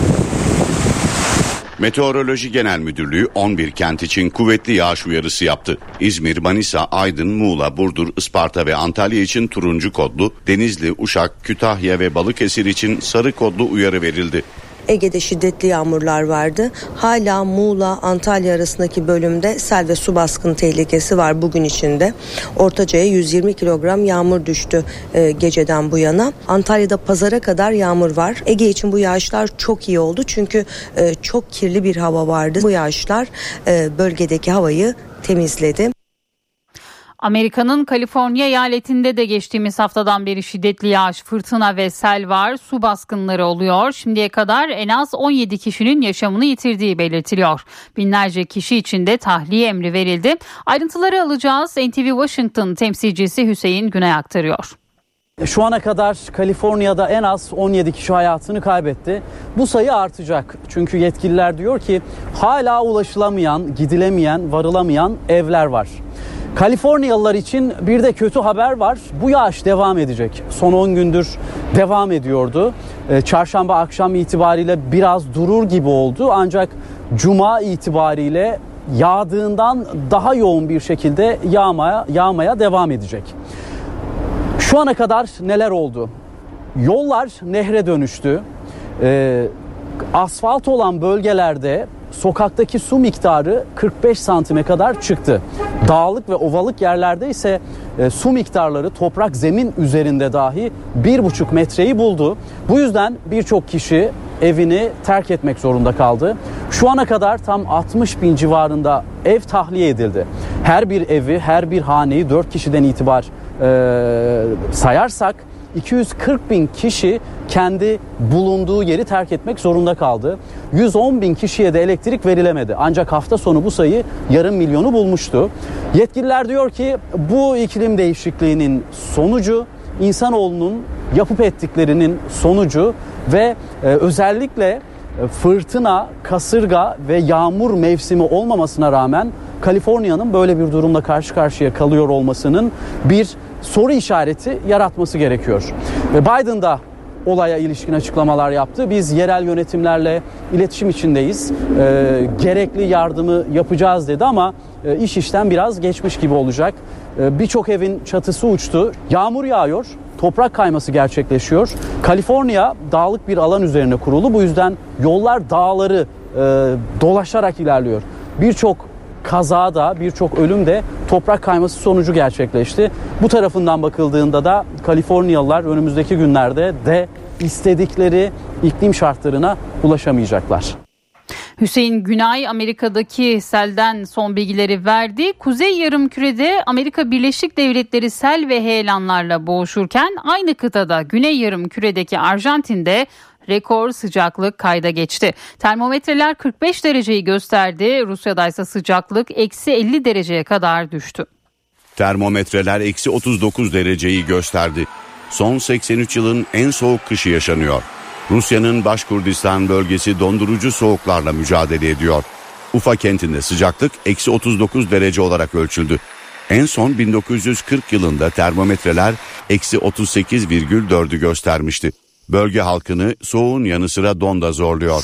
Meteoroloji Genel Müdürlüğü 11 kent için kuvvetli yağış uyarısı yaptı. İzmir, Manisa, Aydın, Muğla, Burdur, Isparta ve Antalya için turuncu kodlu, Denizli, Uşak, Kütahya ve Balıkesir için sarı kodlu uyarı verildi. Ege'de şiddetli yağmurlar vardı. Hala Muğla, Antalya arasındaki bölümde sel ve su baskını tehlikesi var bugün içinde. Ortaca'ya 120 kilogram yağmur düştü geceden bu yana. Antalya'da pazara kadar yağmur var. Ege için bu yağışlar çok iyi oldu çünkü çok kirli bir hava vardı. Bu yağışlar bölgedeki havayı temizledi. Amerika'nın Kaliforniya eyaletinde de geçtiğimiz haftadan beri şiddetli yağış, fırtına ve sel var. Su baskınları oluyor. Şimdiye kadar en az 17 kişinin yaşamını yitirdiği belirtiliyor. Binlerce kişi için de tahliye emri verildi. Ayrıntıları alacağız. NTV Washington temsilcisi Hüseyin Güney aktarıyor. Şu ana kadar Kaliforniya'da en az 17 kişi hayatını kaybetti. Bu sayı artacak. Çünkü yetkililer diyor ki hala ulaşılamayan, gidilemeyen, varılamayan evler var. Kaliforniyalılar için bir de kötü haber var. Bu yağış devam edecek. Son 10 gündür devam ediyordu. Çarşamba akşam itibariyle biraz durur gibi oldu. Ancak cuma itibariyle yağdığından daha yoğun bir şekilde yağmaya devam edecek. Şu ana kadar neler oldu? Yollar nehre dönüştü. Asfalt olan bölgelerde sokaktaki su miktarı 45 santime kadar çıktı. Dağlık ve ovalık yerlerde ise su miktarları toprak zemin üzerinde dahi 1,5 metreyi buldu. Bu yüzden birçok kişi evini terk etmek zorunda kaldı. Şu ana kadar tam 60 bin civarında ev tahliye edildi. Her bir evi, her bir haneyi 4 kişiden itibar sayarsak 240 bin kişi kendi bulunduğu yeri terk etmek zorunda kaldı. 110 bin kişiye de elektrik verilemedi. Ancak hafta sonu bu sayı yarım milyonu bulmuştu. Yetkililer diyor ki bu iklim değişikliğinin sonucu, insanoğlunun yapıp ettiklerinin sonucu ve özellikle fırtına, kasırga ve yağmur mevsimi olmamasına rağmen Kaliforniya'nın böyle bir durumla karşı karşıya kalıyor olmasının bir soru işareti yaratması gerekiyor. Ve Biden da olaya ilişkin açıklamalar yaptı. Biz yerel yönetimlerle iletişim içindeyiz. Gerekli yardımı yapacağız dedi ama iş işten biraz geçmiş gibi olacak. Birçok evin çatısı uçtu. Yağmur yağıyor. Toprak kayması gerçekleşiyor. Kaliforniya dağlık bir alan üzerine kurulu. Bu yüzden yollar dağları dolaşarak ilerliyor. Birçok kazada, birçok ölüm de toprak kayması sonucu gerçekleşti. Bu tarafından bakıldığında da Kaliforniyalılar önümüzdeki günlerde de istedikleri iklim şartlarına ulaşamayacaklar. Hüseyin Günay Amerika'daki selden son bilgileri verdi. Kuzey Yarımküre'de Amerika Birleşik Devletleri sel ve heyelanlarla boğuşurken aynı kıtada Güney Yarımküre'deki Arjantin'de rekor sıcaklık kayda geçti. Termometreler 45 dereceyi gösterdi. Rusya'da ise sıcaklık -50 dereceye kadar düştü. Termometreler -39 dereceyi gösterdi. Son 83 yılın en soğuk kışı yaşanıyor. Rusya'nın Başkurdistan bölgesi dondurucu soğuklarla mücadele ediyor. Ufa kentinde sıcaklık -39 derece olarak ölçüldü. En son 1940 yılında termometreler -38,4'ü göstermişti. Bölge halkını soğuğun yanı sıra don da zorluyor.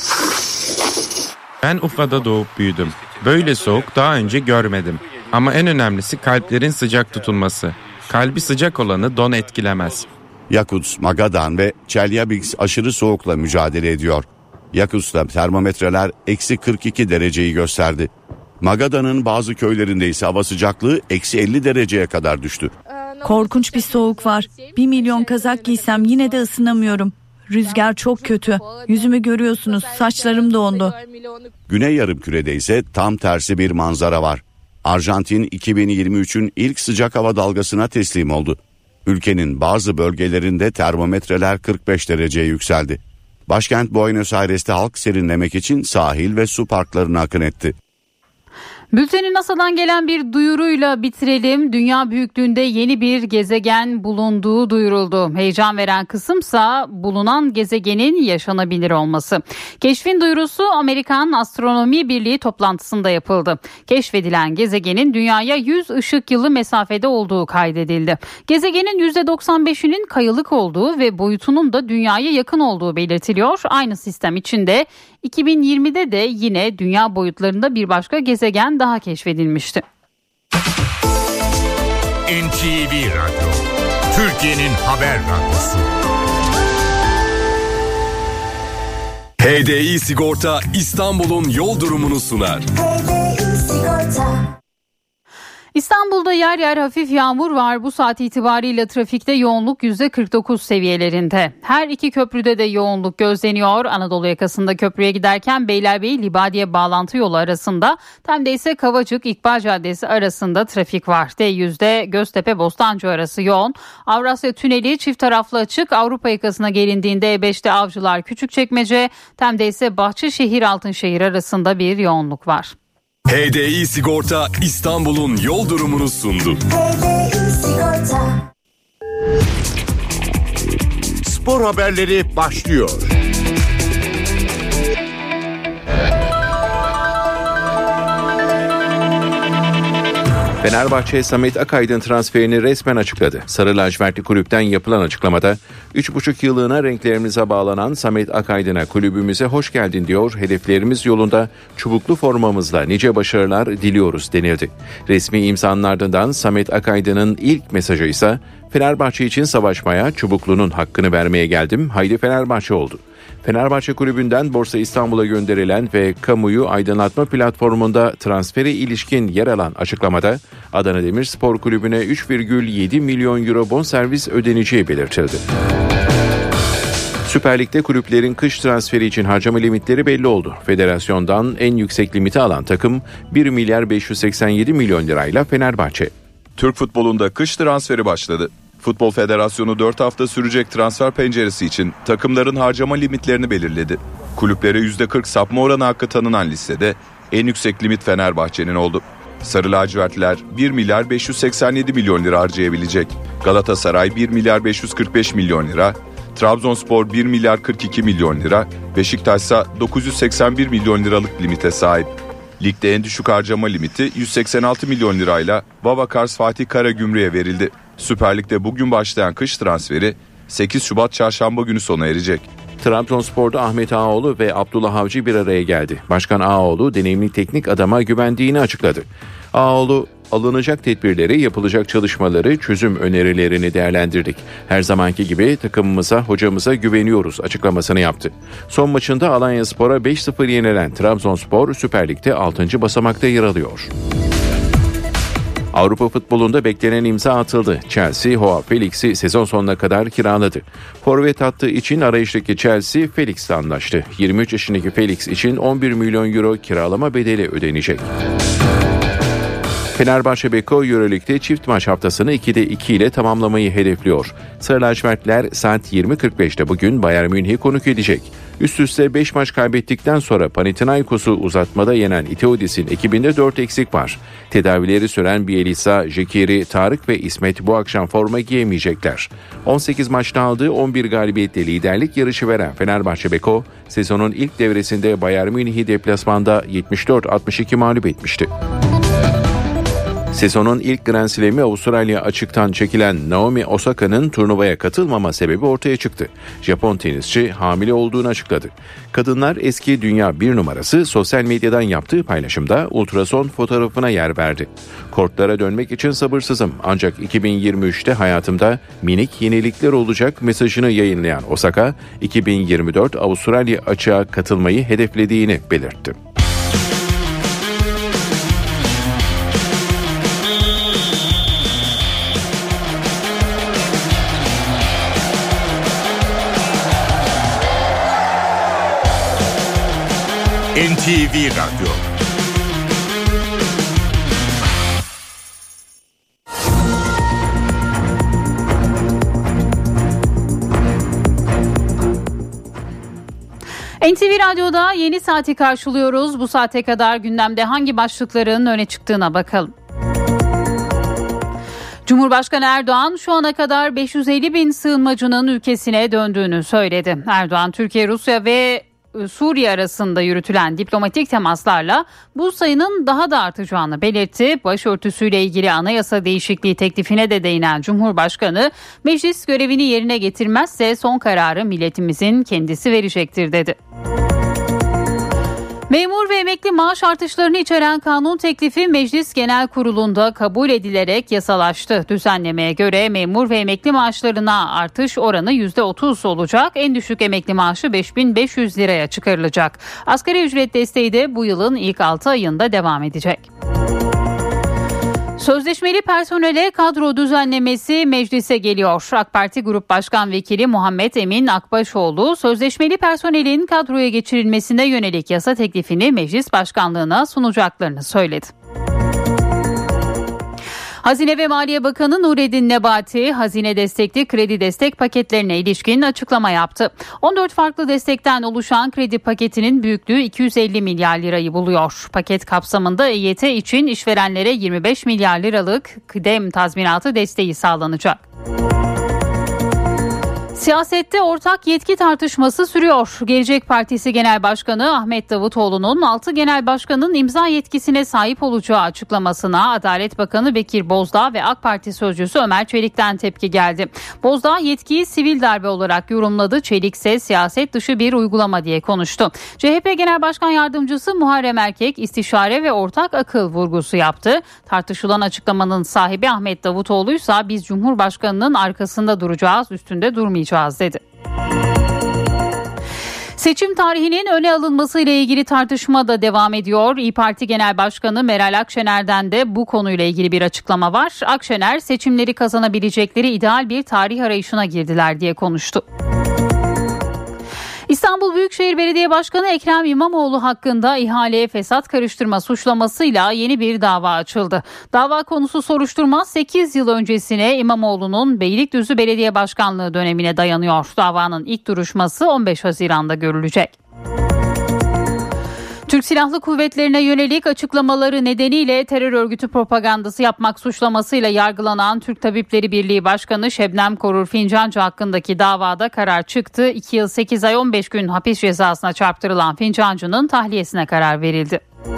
Ben Ufa'da doğup büyüdüm. Böyle soğuk daha önce görmedim. Ama en önemlisi kalplerin sıcak tutulması. Kalbi sıcak olanı don etkilemez. Yakutsk, Magadan ve Çelyabinsk aşırı soğukla mücadele ediyor. Yakutsk'ta termometreler -42 dereceyi gösterdi. Magadan'ın bazı köylerinde ise hava sıcaklığı -50 dereceye kadar düştü. Korkunç bir soğuk var. 1 milyon kazak giysem yine de ısınamıyorum. Rüzgar çok kötü. Yüzümü görüyorsunuz, saçlarım dondu. Güney Yarımküre'de ise tam tersi bir manzara var. Arjantin 2023'ün ilk sıcak hava dalgasına teslim oldu. Ülkenin bazı bölgelerinde termometreler 45 dereceye yükseldi. Başkent Buenos Aires'te halk serinlemek için sahil ve su parklarına akın etti. Bülteni NASA'dan gelen bir duyuruyla bitirelim. Dünya büyüklüğünde yeni bir gezegen bulunduğu duyuruldu. Heyecan veren kısımsa bulunan gezegenin yaşanabilir olması. Keşfin duyurusu Amerikan Astronomi Birliği toplantısında yapıldı. Keşfedilen gezegenin Dünya'ya 100 ışık yılı mesafede olduğu kaydedildi. Gezegenin %95'inin kayalık olduğu ve boyutunun da Dünya'ya yakın olduğu belirtiliyor. Aynı sistem içinde 2020'de de yine dünya boyutlarında bir başka gezegen daha keşfedilmişti. NTV Radyo, Türkiye'nin haber radyosu. HDI Sigorta İstanbul'un yol durumunu sunar. HDI Sigorta. İstanbul'da yer yer hafif yağmur var. Bu saat itibariyle trafikte yoğunluk %49 seviyelerinde. Her iki köprüde de yoğunluk gözleniyor. Anadolu yakasında köprüye giderken Beylerbeyi-Libadiye bağlantı yolu arasında, Tem'de ise Kavacık-İkbal Caddesi arasında trafik var. D100'de Göztepe-Bostancı arası yoğun. Avrasya Tüneli çift taraflı açık. Avrupa yakasına gelindiğinde E5'te Avcılar Küçükçekmece, Tem'de ise Bahçeşehir-Altınşehir arasında bir yoğunluk var. HDI Sigorta İstanbul'un yol durumunu sundu. HDI Sigorta. Spor haberleri başlıyor. Fenerbahçe Samet Akaydın transferini resmen açıkladı. Sarı lacivertli kulüpten yapılan açıklamada 3,5 yıllığına renklerimize bağlanan Samet Akaydın'a kulübümüze hoş geldin diyor. Hedeflerimiz yolunda çubuklu formamızla nice başarılar diliyoruz denildi. Resmi imzanın ardından Samet Akaydın'ın ilk mesajı ise Fenerbahçe için savaşmaya, çubuklunun hakkını vermeye geldim. Haydi Fenerbahçe oldu. Fenerbahçe kulübünden Borsa İstanbul'a gönderilen ve kamuyu aydınlatma platformunda transfere ilişkin yer alan açıklamada Adana Demirspor Kulübü'ne 3,7 milyon euro bonservis ödeneceği belirtildi. Süper Lig'de kulüplerin kış transferi için harcama limitleri belli oldu. Federasyondan en yüksek limiti alan takım 1 milyar 587 milyon lirayla Fenerbahçe. Türk futbolunda kış transferi başladı. Futbol Federasyonu 4 hafta sürecek transfer penceresi için takımların harcama limitlerini belirledi. Kulüplere %40 sapma oranı hakkı tanınan listede en yüksek limit Fenerbahçe'nin oldu. Sarı lacivertliler 1 milyar 587 milyon lira harcayabilecek. Galatasaray 1 milyar 545 milyon lira, Trabzonspor 1 milyar 42 milyon lira, Beşiktaş ise 981 milyon liralık limite sahip. Ligde en düşük harcama limiti 186 milyon lirayla Babakars Fatih Karagümrük'e verildi. Süper Lig'de bugün başlayan kış transferi 8 Şubat çarşamba günü sona erecek. Trabzonspor'da Ahmet Ağaoğlu ve Abdullah Avcı bir araya geldi. Başkan Ağaoğlu deneyimli teknik adama güvendiğini açıkladı. Ağaoğlu, alınacak tedbirleri, yapılacak çalışmaları, çözüm önerilerini değerlendirdik. Her zamanki gibi takımımıza, hocamıza güveniyoruz açıklamasını yaptı. Son maçında Alanyaspor'a 5-0 yenilen Trabzonspor Süper Lig'de 6. basamakta yer alıyor. Avrupa futbolunda beklenen imza atıldı. Chelsea, Joao Felix'i sezon sonuna kadar kiraladı. Forvet hattı için arayıştaki Chelsea, Felix'le anlaştı. 23 yaşındaki Felix için 11 milyon euro kiralama bedeli ödenecek. Fenerbahçe Beko Euroleague'de çift maç haftasını 2'de 2 ile tamamlamayı hedefliyor. Sarı lacivertler saat 20.45'te bugün Bayern Münih'i konuk edecek. Üst üste 5 maç kaybettikten sonra Panathinaikos'u uzatmada yenen Iteodis'in ekibinde 4 eksik var. Tedavileri süren Bielitsa, Jekiri, Tarık ve İsmet bu akşam forma giyemeyecekler. 18 maçta aldığı 11 galibiyetle liderlik yarışı veren Fenerbahçe Beko, sezonun ilk devresinde Bayern Münih'i deplasmanda 74-62 mağlup etmişti. Sezonun ilk Grand Slam'i Avustralya açıktan çekilen Naomi Osaka'nın turnuvaya katılmama sebebi ortaya çıktı. Japon tenisçi hamile olduğunu açıkladı. Kadınlar eski dünya 1 numarası sosyal medyadan yaptığı paylaşımda ultrason fotoğrafına yer verdi. Kortlara dönmek için sabırsızım ancak 2023'te hayatımda minik yenilikler olacak mesajını yayınlayan Osaka, 2024 Avustralya açığa katılmayı hedeflediğini belirtti. NTV Radyo. NTV Radyo'da yeni saati karşılıyoruz. Bu saate kadar gündemde hangi başlıkların öne çıktığına bakalım. Cumhurbaşkanı Erdoğan şu ana kadar 550 bin sığınmacının ülkesine döndüğünü söyledi. Erdoğan, Türkiye, Rusya ve Suriye arasında yürütülen diplomatik temaslarla bu sayının daha da artacağını belirtti. Başörtüsüyle ilgili anayasa değişikliği teklifine de değinen Cumhurbaşkanı, meclis görevini yerine getirmezse son kararı milletimizin kendisi verecektir dedi. Memur ve emekli maaş artışlarını içeren kanun teklifi Meclis Genel Kurulu'nda kabul edilerek yasalaştı. Düzenlemeye göre memur ve emekli maaşlarına artış oranı %30 olacak. En düşük emekli maaşı 5.500 liraya çıkarılacak. Asgari ücret desteği de bu yılın ilk 6 ayında devam edecek. Sözleşmeli personele kadro düzenlemesi meclise geliyor. AK Parti Grup Başkan Vekili Muhammed Emin Akbaşoğlu, sözleşmeli personelin kadroya geçirilmesine yönelik yasa teklifini meclis başkanlığına sunacaklarını söyledi. Hazine ve Maliye Bakanı Nureddin Nebati, hazine destekli kredi destek paketlerine ilişkin açıklama yaptı. 14 farklı destekten oluşan kredi paketinin büyüklüğü 250 milyar lirayı buluyor. Paket kapsamında EYT için işverenlere 25 milyar liralık kıdem tazminatı desteği sağlanacak. Siyasette ortak yetki tartışması sürüyor. Gelecek Partisi Genel Başkanı Ahmet Davutoğlu'nun 6 genel başkanın imza yetkisine sahip olacağı açıklamasına Adalet Bakanı Bekir Bozdağ ve AK Parti sözcüsü Ömer Çelik'ten tepki geldi. Bozdağ yetkiyi sivil darbe olarak yorumladı. Çelik ise siyaset dışı bir uygulama diye konuştu. CHP Genel Başkan Yardımcısı Muharrem Erkek istişare ve ortak akıl vurgusu yaptı. Tartışılan açıklamanın sahibi Ahmet Davutoğlu ise biz Cumhurbaşkanı'nın arkasında duracağız, üstünde durmayacağız dedi. Seçim tarihinin öne alınması ile ilgili tartışma da devam ediyor. İYİ Parti Genel Başkanı Meral Akşener'den de bu konuyla ilgili bir açıklama var. Akşener, seçimleri kazanabilecekleri ideal bir tarih arayışına girdiler diye konuştu. İstanbul Büyükşehir Belediye Başkanı Ekrem İmamoğlu hakkında ihaleye fesat karıştırma suçlamasıyla yeni bir dava açıldı. Dava konusu soruşturma 8 yıl öncesine İmamoğlu'nun Beylikdüzü Belediye Başkanlığı dönemine dayanıyor. Davanın ilk duruşması 15 Haziran'da görülecek. Türk Silahlı Kuvvetleri'ne yönelik açıklamaları nedeniyle terör örgütü propagandası yapmak suçlamasıyla yargılanan Türk Tabipleri Birliği Başkanı Şebnem Korur Fincancı hakkındaki davada karar çıktı. 2 yıl 8 ay 15 gün hapis cezasına çarptırılan Fincancı'nın tahliyesine karar verildi.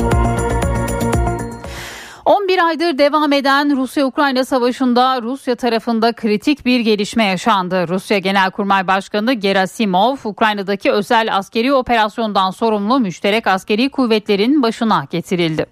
11 aydır devam eden Rusya-Ukrayna savaşında Rusya tarafında kritik bir gelişme yaşandı. Rusya Genelkurmay Başkanı Gerasimov, Ukrayna'daki özel askeri operasyondan sorumlu müşterek askeri kuvvetlerin başına getirildi.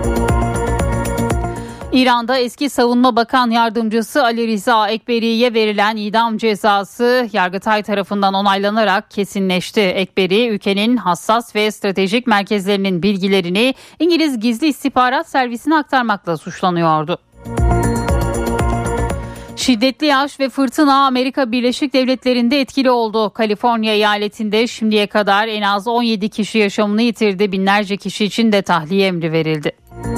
İran'da eski Savunma Bakan Yardımcısı Ali Rıza Ekberi'ye verilen idam cezası Yargıtay tarafından onaylanarak kesinleşti. Ekberi, ülkenin hassas ve stratejik merkezlerinin bilgilerini İngiliz Gizli İstihbarat Servisi'ne aktarmakla suçlanıyordu. Şiddetli yağış ve fırtına Amerika Birleşik Devletleri'nde etkili oldu. Kaliforniya eyaletinde şimdiye kadar en az 17 kişi yaşamını yitirdi. Binlerce kişi için de tahliye emri verildi.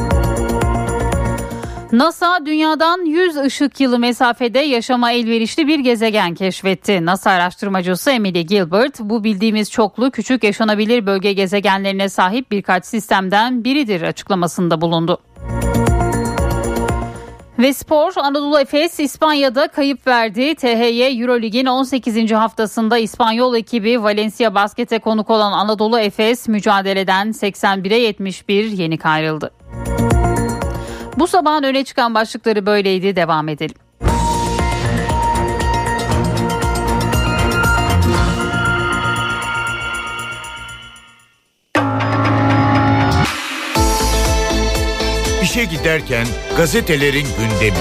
NASA dünyadan 100 ışık yılı mesafede yaşama elverişli bir gezegen keşfetti. NASA araştırmacısı Emily Gilbert, bu bildiğimiz çoklu küçük yaşanabilir bölge gezegenlerine sahip birkaç sistemden biridir açıklamasında bulundu. Ve spor, Anadolu Efes İspanya'da kayıp verdi. THY Eurolig'in 18. haftasında İspanyol ekibi Valencia Basket'e konuk olan Anadolu Efes mücadeleden 81'e 71 yenik ayrıldı. Bu sabahın öne çıkan başlıkları böyleydi. Devam edelim. İşe giderken gazetelerin gündemi.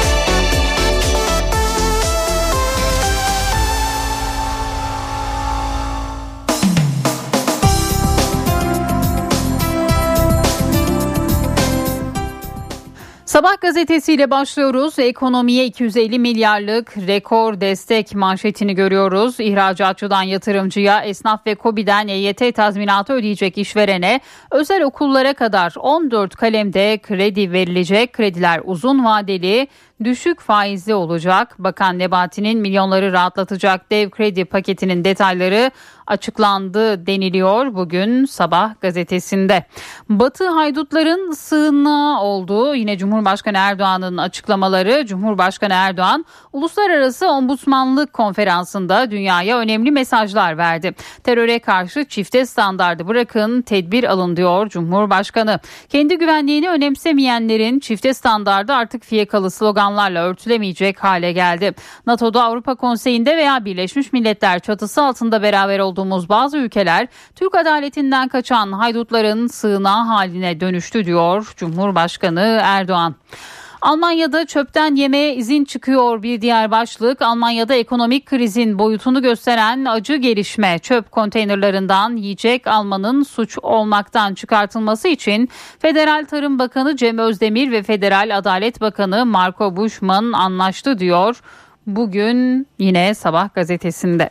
Sabah gazetesiyle başlıyoruz. Ekonomiye 250 milyarlık rekor destek manşetini görüyoruz. İhracatçıdan yatırımcıya, esnaf ve KOBİ'den EYT tazminatı ödeyecek işverene, özel okullara kadar 14 kalemde kredi verilecek. Krediler uzun vadeli, düşük faizli olacak. Bakan Nebati'nin milyonları rahatlatacak dev kredi paketinin detayları açıklandı deniliyor bugün Sabah gazetesinde. Batı haydutların sığınağı oldu. Yine Cumhurbaşkanı Erdoğan'ın açıklamaları. Cumhurbaşkanı Erdoğan Uluslararası Ombudsmanlık Konferansı'nda dünyaya önemli mesajlar verdi. Teröre karşı çifte standardı bırakın, tedbir alın diyor Cumhurbaşkanı. Kendi güvenliğini önemsemeyenlerin çifte standardı artık fiyakalı sloganlarla örtülemeyecek hale geldi. NATO'da, Avrupa Konseyi'nde veya Birleşmiş Milletler çatısı altında beraber olduğumuz bazı ülkeler Türk adaletinden kaçan haydutların sığınağı haline dönüştü diyor Cumhurbaşkanı Erdoğan. Almanya'da çöpten yemeğe izin çıkıyor bir diğer başlık. Almanya'da ekonomik krizin boyutunu gösteren acı gelişme. Çöp konteynerlarından yiyecek almanın suç olmaktan çıkartılması için Federal Tarım Bakanı Cem Özdemir ve Federal Adalet Bakanı Marco Buschmann anlaştı diyor bugün yine Sabah gazetesinde.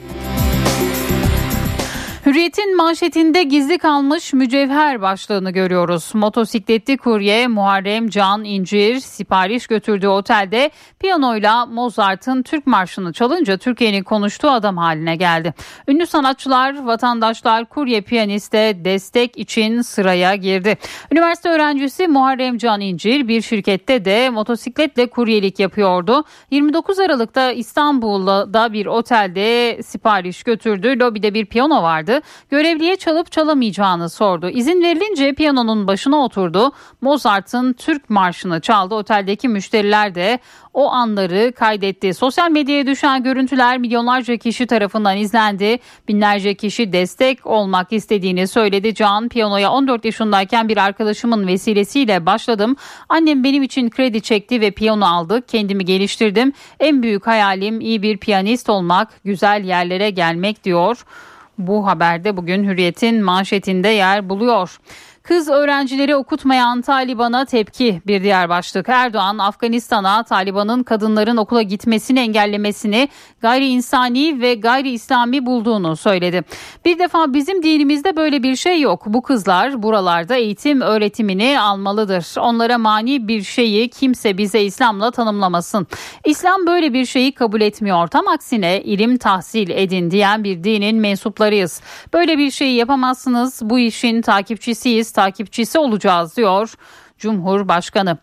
Hürriyet'in manşetinde gizli kalmış mücevher başlığını görüyoruz. Motosikletli kurye Muharrem Can İncir sipariş götürdüğü otelde piyanoyla Mozart'ın Türk Marşı'nı çalınca Türkiye'nin konuştuğu adam haline geldi. Ünlü sanatçılar, vatandaşlar kurye piyaniste destek için sıraya girdi. Üniversite öğrencisi Muharrem Can İncir bir şirkette de motosikletle kuryelik yapıyordu. 29 Aralık'ta İstanbul'da bir otelde sipariş götürdü. Lobide bir piyano vardı. Görevliye çalıp çalamayacağını sordu. İzin verilince piyanonun başına oturdu. Mozart'ın Türk Marşı'nı çaldı. Oteldeki müşteriler de o anları kaydetti. Sosyal medyaya düşen görüntüler milyonlarca kişi tarafından izlendi. Binlerce kişi destek olmak istediğini söyledi. Can, piyanoya 14 yaşındayken bir arkadaşımın vesilesiyle başladım. Annem benim için kredi çekti ve piyano aldık. Kendimi geliştirdim. En büyük hayalim iyi bir piyanist olmak, güzel yerlere gelmek diyor. Bu haberde bugün Hürriyet'in manşetinde yer buluyor. Kız öğrencileri okutmayan Taliban'a tepki bir diğer başlık. Erdoğan, Afganistan'a Taliban'ın kadınların okula gitmesini engellemesini gayri insani ve gayri İslami bulduğunu söyledi. Bir defa bizim dinimizde böyle bir şey yok. Bu kızlar buralarda eğitim öğretimini almalıdır. Onlara mani bir şeyi kimse bize İslam'la tanımlamasın. İslam böyle bir şeyi kabul etmiyor. Tam aksine ilim tahsil edin diyen bir dinin mensuplarıyız. Böyle bir şeyi yapamazsınız. Bu işin takipçisi olacağız diyor Cumhurbaşkanı.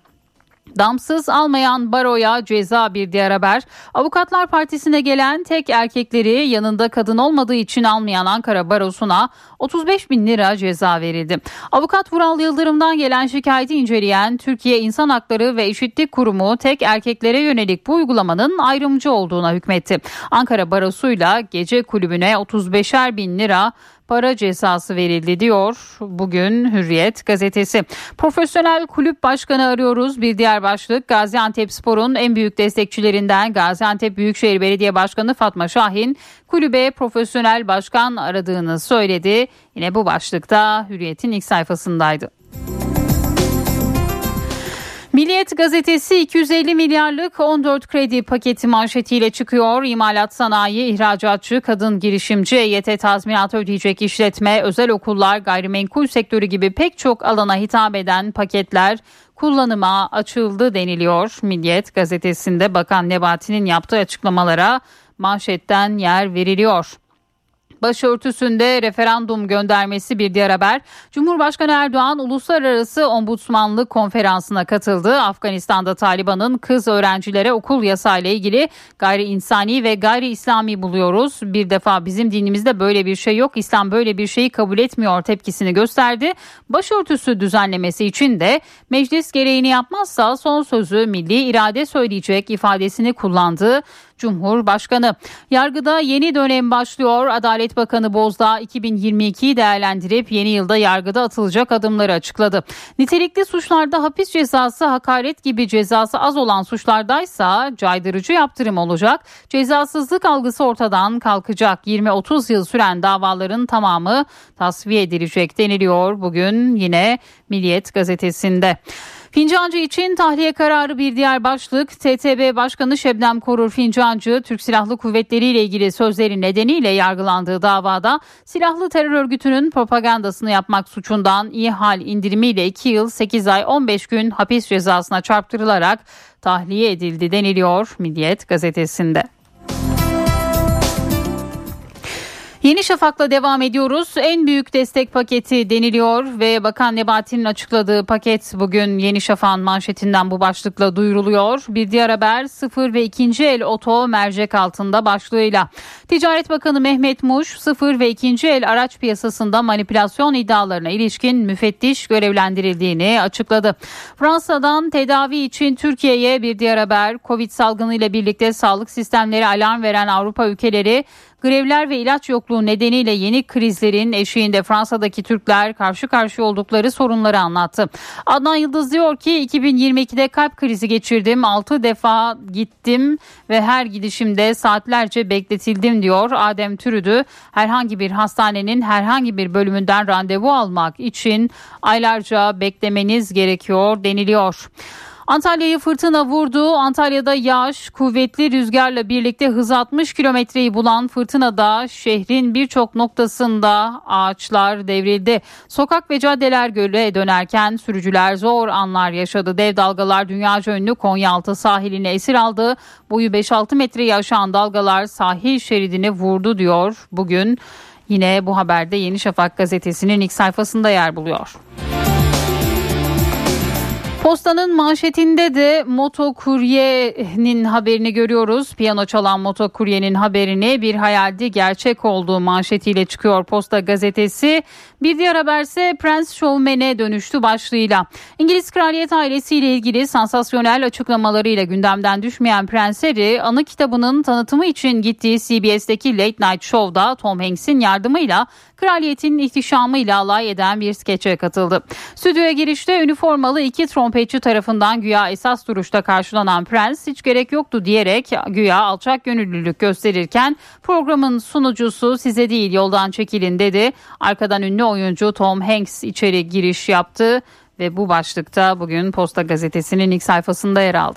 Damsız almayan baroya ceza bir diğer haber. Avukatlar Partisi'ne gelen tek erkekleri yanında kadın olmadığı için almayan Ankara Barosu'na 35 bin lira ceza verildi. Avukat Vural Yıldırım'dan gelen şikayeti inceleyen Türkiye İnsan Hakları ve Eşitlik Kurumu tek erkeklere yönelik bu uygulamanın ayrımcı olduğuna hükmetti. Ankara Barosu'yla gece kulübüne 35'er bin lira para cezası verildi diyor bugün Hürriyet gazetesi. Profesyonel kulüp başkanı arıyoruz bir diğer başlık. Gaziantepspor'un en büyük destekçilerinden Gaziantep Büyükşehir Belediye Başkanı Fatma Şahin kulübe profesyonel başkan aradığını söyledi. Yine bu başlıkta Hürriyet'in ilk sayfasındaydı. Milliyet gazetesi 250 milyarlık 14 kredi paketi manşetiyle çıkıyor. İmalat sanayi, ihracatçı, kadın girişimci, EYT tazminatı ödeyecek işletme, özel okullar, gayrimenkul sektörü gibi pek çok alana hitap eden paketler kullanıma açıldı deniliyor. Milliyet gazetesinde Bakan Nebati'nin yaptığı açıklamalara manşetten yer veriliyor. Başörtüsünde referandum göndermesi bir diğer haber. Cumhurbaşkanı Erdoğan Uluslararası Ombudsmanlık Konferansı'na katıldı. Afganistan'da Taliban'ın kız öğrencilere okul yasağı ile ilgili gayri insani ve gayri İslami buluyoruz. Bir defa bizim dinimizde böyle bir şey yok. İslam böyle bir şeyi kabul etmiyor tepkisini gösterdi. Başörtüsü düzenlemesi için de meclis gereğini yapmazsa son sözü milli irade söyleyecek ifadesini kullandı. Cumhurbaşkanı. Yargıda yeni dönem başlıyor. Adalet Bakanı Bozdağ 2022'yi değerlendirip yeni yılda yargıda atılacak adımları açıkladı. Nitelikli suçlarda hapis cezası, hakaret gibi cezası az olan suçlardaysa caydırıcı yaptırım olacak. Cezasızlık algısı ortadan kalkacak. 20-30 yıl süren davaların tamamı tasfiye edilecek deniliyor bugün yine Milliyet gazetesinde. Fincancı için tahliye kararı bir diğer başlık. TTB Başkanı Şebnem Korur Fincancı, Türk Silahlı Kuvvetleri ile ilgili sözleri nedeniyle yargılandığı davada silahlı terör örgütünün propagandasını yapmak suçundan iyi hal indirimiyle 2 yıl 8 ay 15 gün hapis cezasına çarptırılarak tahliye edildi deniliyor Milliyet gazetesinde. Yeni Şafak'la devam ediyoruz. En büyük destek paketi deniliyor ve Bakan Nebati'nin açıkladığı paket bugün Yeni Şafak'ın manşetinden bu başlıkla duyuruluyor. Bir diğer haber sıfır ve ikinci el oto mercek altında başlığıyla. Ticaret Bakanı Mehmet Muş sıfır ve ikinci el araç piyasasında manipülasyon iddialarına ilişkin müfettiş görevlendirildiğini açıkladı. Fransa'dan tedavi için Türkiye'ye bir diğer haber. Covid salgınıyla birlikte sağlık sistemleri alarm veren Avrupa ülkeleri grevler ve ilaç yokluğu nedeniyle yeni krizlerin eşiğinde Fransa'daki Türkler karşı karşıya oldukları sorunları anlattı. Adnan Yıldız diyor ki 2022'de kalp krizi geçirdim, 6 defa gittim ve her gidişimde saatlerce bekletildim diyor. Adem Türüdü herhangi bir hastanenin herhangi bir bölümünden randevu almak için aylarca beklemeniz gerekiyor deniliyor. Antalya'yı fırtına vurdu. Antalya'da yağış, kuvvetli rüzgarla birlikte hız 60 kilometreyi bulan fırtınada şehrin birçok noktasında ağaçlar devrildi. Sokak ve caddeler göle dönerken sürücüler zor anlar yaşadı. Dev dalgalar dünyaca ünlü Konyaaltı sahilini esir aldı. Boyu 5-6 metreyi aşan dalgalar sahil şeridini vurdu diyor. Bugün yine bu haberde Yeni Şafak gazetesinin ilk sayfasında yer buluyor. Posta'nın manşetinde de motokuryenin haberini görüyoruz. Piyano çalan motokuryenin haberini bir hayaldi gerçek olduğu manşetiyle çıkıyor Posta gazetesi. Bir diğer haberse Prens şovmene dönüştü başlığıyla. İngiliz kraliyet ailesiyle ilgili sansasyonel açıklamalarıyla gündemden düşmeyen Prens Harry, anı kitabının tanıtımı için gittiği CBS'deki Late Night Show'da Tom Hanks'in yardımıyla kraliyetin ihtişamıyla alay eden bir skeçe katıldı. Stüdyoya girişte üniformalı 2 trompetçi tarafından güya esas duruşta karşılanan Prens hiç gerek yoktu diyerek güya alçak gönüllülük gösterirken programın sunucusu size değil yoldan çekilin dedi. Arkadan ünlü oyuncu Tom Hanks içeri giriş yaptı ve bu başlıkta bugün Posta gazetesinin ilk sayfasında yer aldı.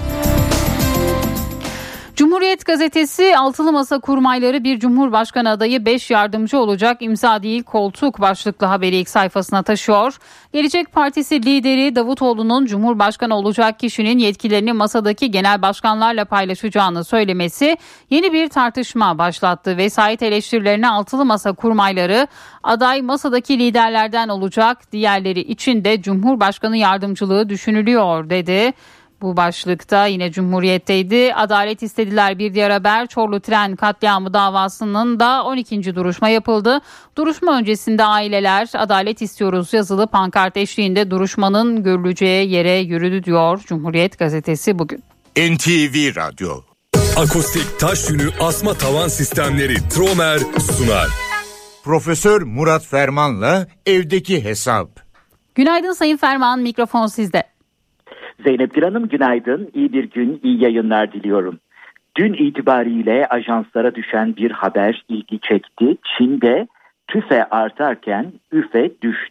Cumhuriyet gazetesi altılı masa kurmayları bir cumhurbaşkanı adayı 5 yardımcı olacak imza değil koltuk başlıklı haberi ilk sayfasına taşıyor. Gelecek Partisi lideri Davutoğlu'nun cumhurbaşkanı olacak kişinin yetkilerini masadaki genel başkanlarla paylaşacağını söylemesi yeni bir tartışma başlattı. Vesayet eleştirilerine altılı masa kurmayları aday masadaki liderlerden olacak, diğerleri için de cumhurbaşkanı yardımcılığı düşünülüyor dedi. Bu başlıkta yine Cumhuriyet'teydi. Adalet istediler bir diğer haber. Çorlu tren katliamı davasının da 12. duruşma yapıldı. Duruşma öncesinde aileler adalet istiyoruz yazılı pankart eşliğinde duruşmanın görüleceği yere yürüdü diyor Cumhuriyet gazetesi bugün. NTV Radyo. Akustik taş yünü asma tavan sistemleri Tromer sunar. Profesör Murat Ferman'la evdeki hesap. Günaydın Sayın Ferman, mikrofon sizde. Zeynep Gül Hanım günaydın, iyi bir gün, iyi yayınlar diliyorum. Dün itibariyle ajanslara düşen bir haber ilgi çekti. Çin'de tüfe artarken üfe düştü.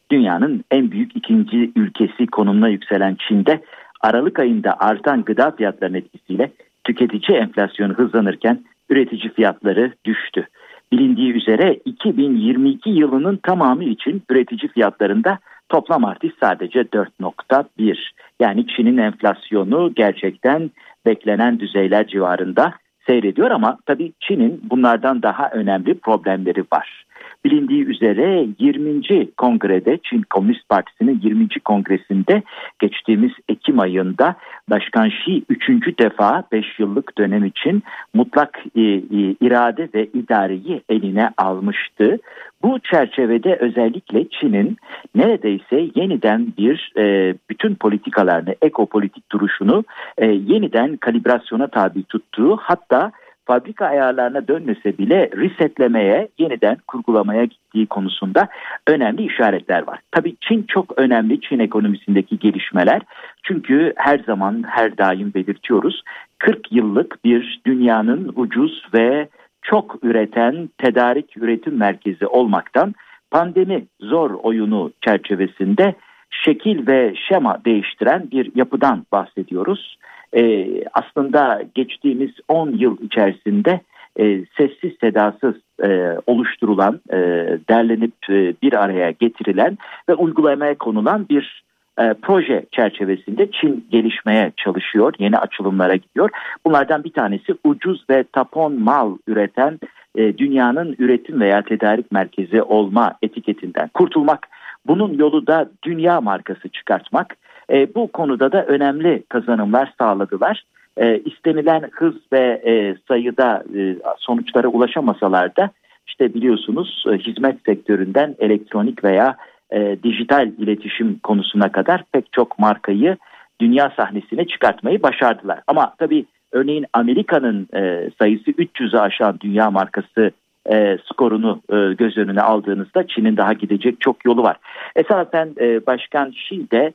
dünyanın en büyük ikinci ülkesi konumuna yükselen Çin'de Aralık ayında artan gıda fiyatlarının etkisiyle tüketici enflasyonu hızlanırken üretici fiyatları düştü. Bilindiği üzere 2022 yılının tamamı için üretici fiyatlarında toplam artış sadece 4.1. Yani Çin'in enflasyonu gerçekten beklenen düzeyler civarında seyrediyor ama tabii Çin'in bunlardan daha önemli problemleri var. Bilindiği üzere 20. kongrede Çin Komünist Partisi'nin 20. kongresinde geçtiğimiz Ekim ayında Başkan Xi 3. defa 5 yıllık dönem için mutlak irade ve idareyi eline almıştı. Bu çerçevede özellikle Çin'in neredeyse yeniden bir bütün politikalarını, ekopolitik duruşunu yeniden kalibrasyona tabi tuttuğu, hatta fabrika ayarlarına dönmese bile resetlemeye, yeniden kurgulamaya gittiği konusunda önemli işaretler var. Tabii Çin çok önemli, Çin ekonomisindeki gelişmeler. Çünkü her zaman, her daim belirtiyoruz, 40 yıllık bir dünyanın ucuz ve çok üreten tedarik üretim merkezi olmaktan pandemi zor oyunu çerçevesinde şekil ve şema değiştiren bir yapıdan bahsediyoruz. Aslında geçtiğimiz 10 yıl içerisinde sessiz sedasız oluşturulan, derlenip bir araya getirilen ve uygulamaya konulan bir proje çerçevesinde Çin gelişmeye çalışıyor, yeni açılımlara gidiyor. Bunlardan bir tanesi ucuz ve tapon mal üreten dünyanın üretim veya tedarik merkezi olma etiketinden kurtulmak. Bunun yolu da dünya markası çıkartmak. Bu konuda da önemli kazanımlar sağladılar. İstenilen hız ve sayıda sonuçlara ulaşamasalar da işte biliyorsunuz hizmet sektöründen elektronik veya dijital iletişim konusuna kadar pek çok markayı dünya sahnesine çıkartmayı başardılar. Ama tabii örneğin Amerika'nın sayısı 300'ü aşan dünya markası skorunu göz önüne aldığınızda Çin'in daha gidecek çok yolu var. Esasen Başkan Xi de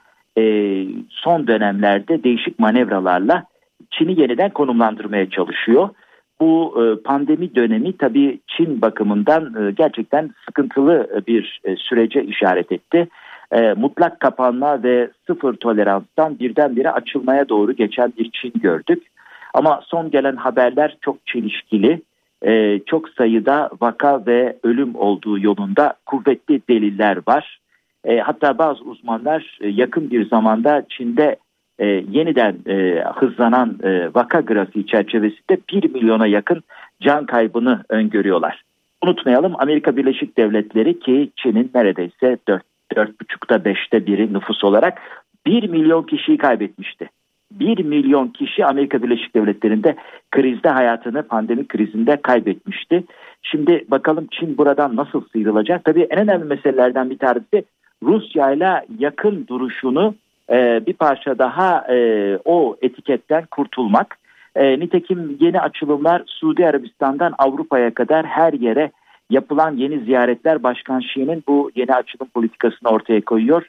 son dönemlerde değişik manevralarla Çin'i yeniden konumlandırmaya çalışıyor. Bu pandemi dönemi tabii Çin bakımından gerçekten sıkıntılı bir sürece işaret etti. Mutlak kapanma ve sıfır toleranstan birdenbire açılmaya doğru geçen bir Çin gördük. Ama son gelen haberler çok çelişkili. Çok sayıda vaka ve ölüm olduğu yolunda kuvvetli deliller var. Hatta bazı uzmanlar yakın bir zamanda Çin'de yeniden hızlanan vaka grafiği çerçevesinde 1 milyona yakın can kaybını öngörüyorlar. Unutmayalım, Amerika Birleşik Devletleri ki Çin'in neredeyse 4,5'ta 5'te biri nüfus olarak 1 milyon kişiyi kaybetmişti. 1 milyon kişi Amerika Birleşik Devletleri'nde krizde hayatını pandemi krizinde kaybetmişti. Şimdi bakalım Çin buradan nasıl sıyrılacak? Tabii en önemli meselelerden bir tanesi Rusya ile yakın duruşunu bir parça daha o etiketten kurtulmak. Nitekim yeni açılımlar Suudi Arabistan'dan Avrupa'ya kadar her yere yapılan yeni ziyaretler Başkan Xi'nin bu yeni açılım politikasını ortaya koyuyor.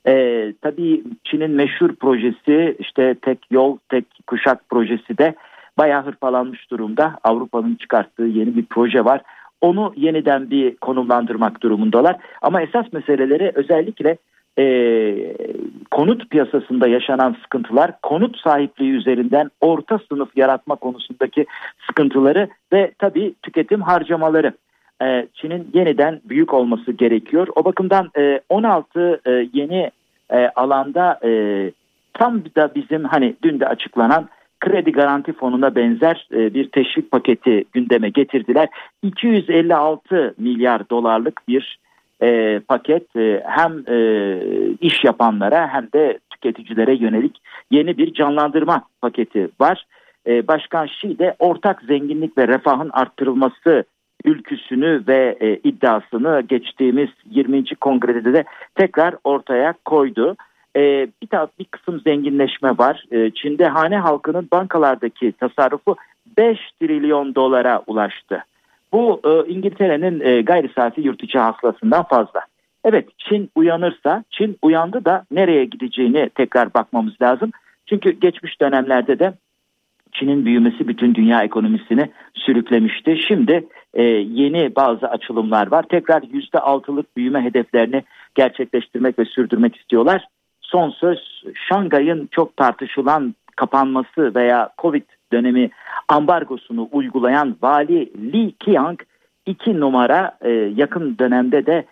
Tabii Çin'in meşhur projesi işte tek yol tek kuşak projesi de bayağı hırpalanmış durumda. Avrupa'nın çıkarttığı yeni bir proje var. Onu yeniden bir konumlandırmak durumundalar. Ama esas meseleleri özellikle konut piyasasında yaşanan sıkıntılar, konut sahipliği üzerinden orta sınıf yaratma konusundaki sıkıntıları ve tabii tüketim harcamaları. Çin'in yeniden büyük olması gerekiyor. O bakımdan 16 yeni alanda tam da bizim hani dün de açıklanan kredi garanti fonuna benzer bir teşvik paketi gündeme getirdiler. 256 milyar dolarlık bir paket hem iş yapanlara hem de tüketicilere yönelik yeni bir canlandırma paketi var. Başkan Xi de ortak zenginlik ve refahın arttırılması ülküsünü ve iddiasını geçtiğimiz 20. kongrede de tekrar ortaya koydu. Bir kısım zenginleşme var. Çin'de hane halkının bankalardaki tasarrufu 5 trilyon dolara ulaştı. Bu İngiltere'nin gayri safi yurt içi hasılasından fazla. Evet, Çin uyanırsa, Çin uyandı da nereye gideceğini tekrar bakmamız lazım. Çünkü geçmiş dönemlerde de Çin'in büyümesi bütün dünya ekonomisini sürüklemişti. Şimdi yeni bazı açılımlar var. Tekrar %6'lık büyüme hedeflerini gerçekleştirmek ve sürdürmek istiyorlar. Son söz Şangay'ın çok tartışılan kapanması veya Covid dönemi ambargosunu uygulayan Vali Li Qiang 2 numara yakın dönemde de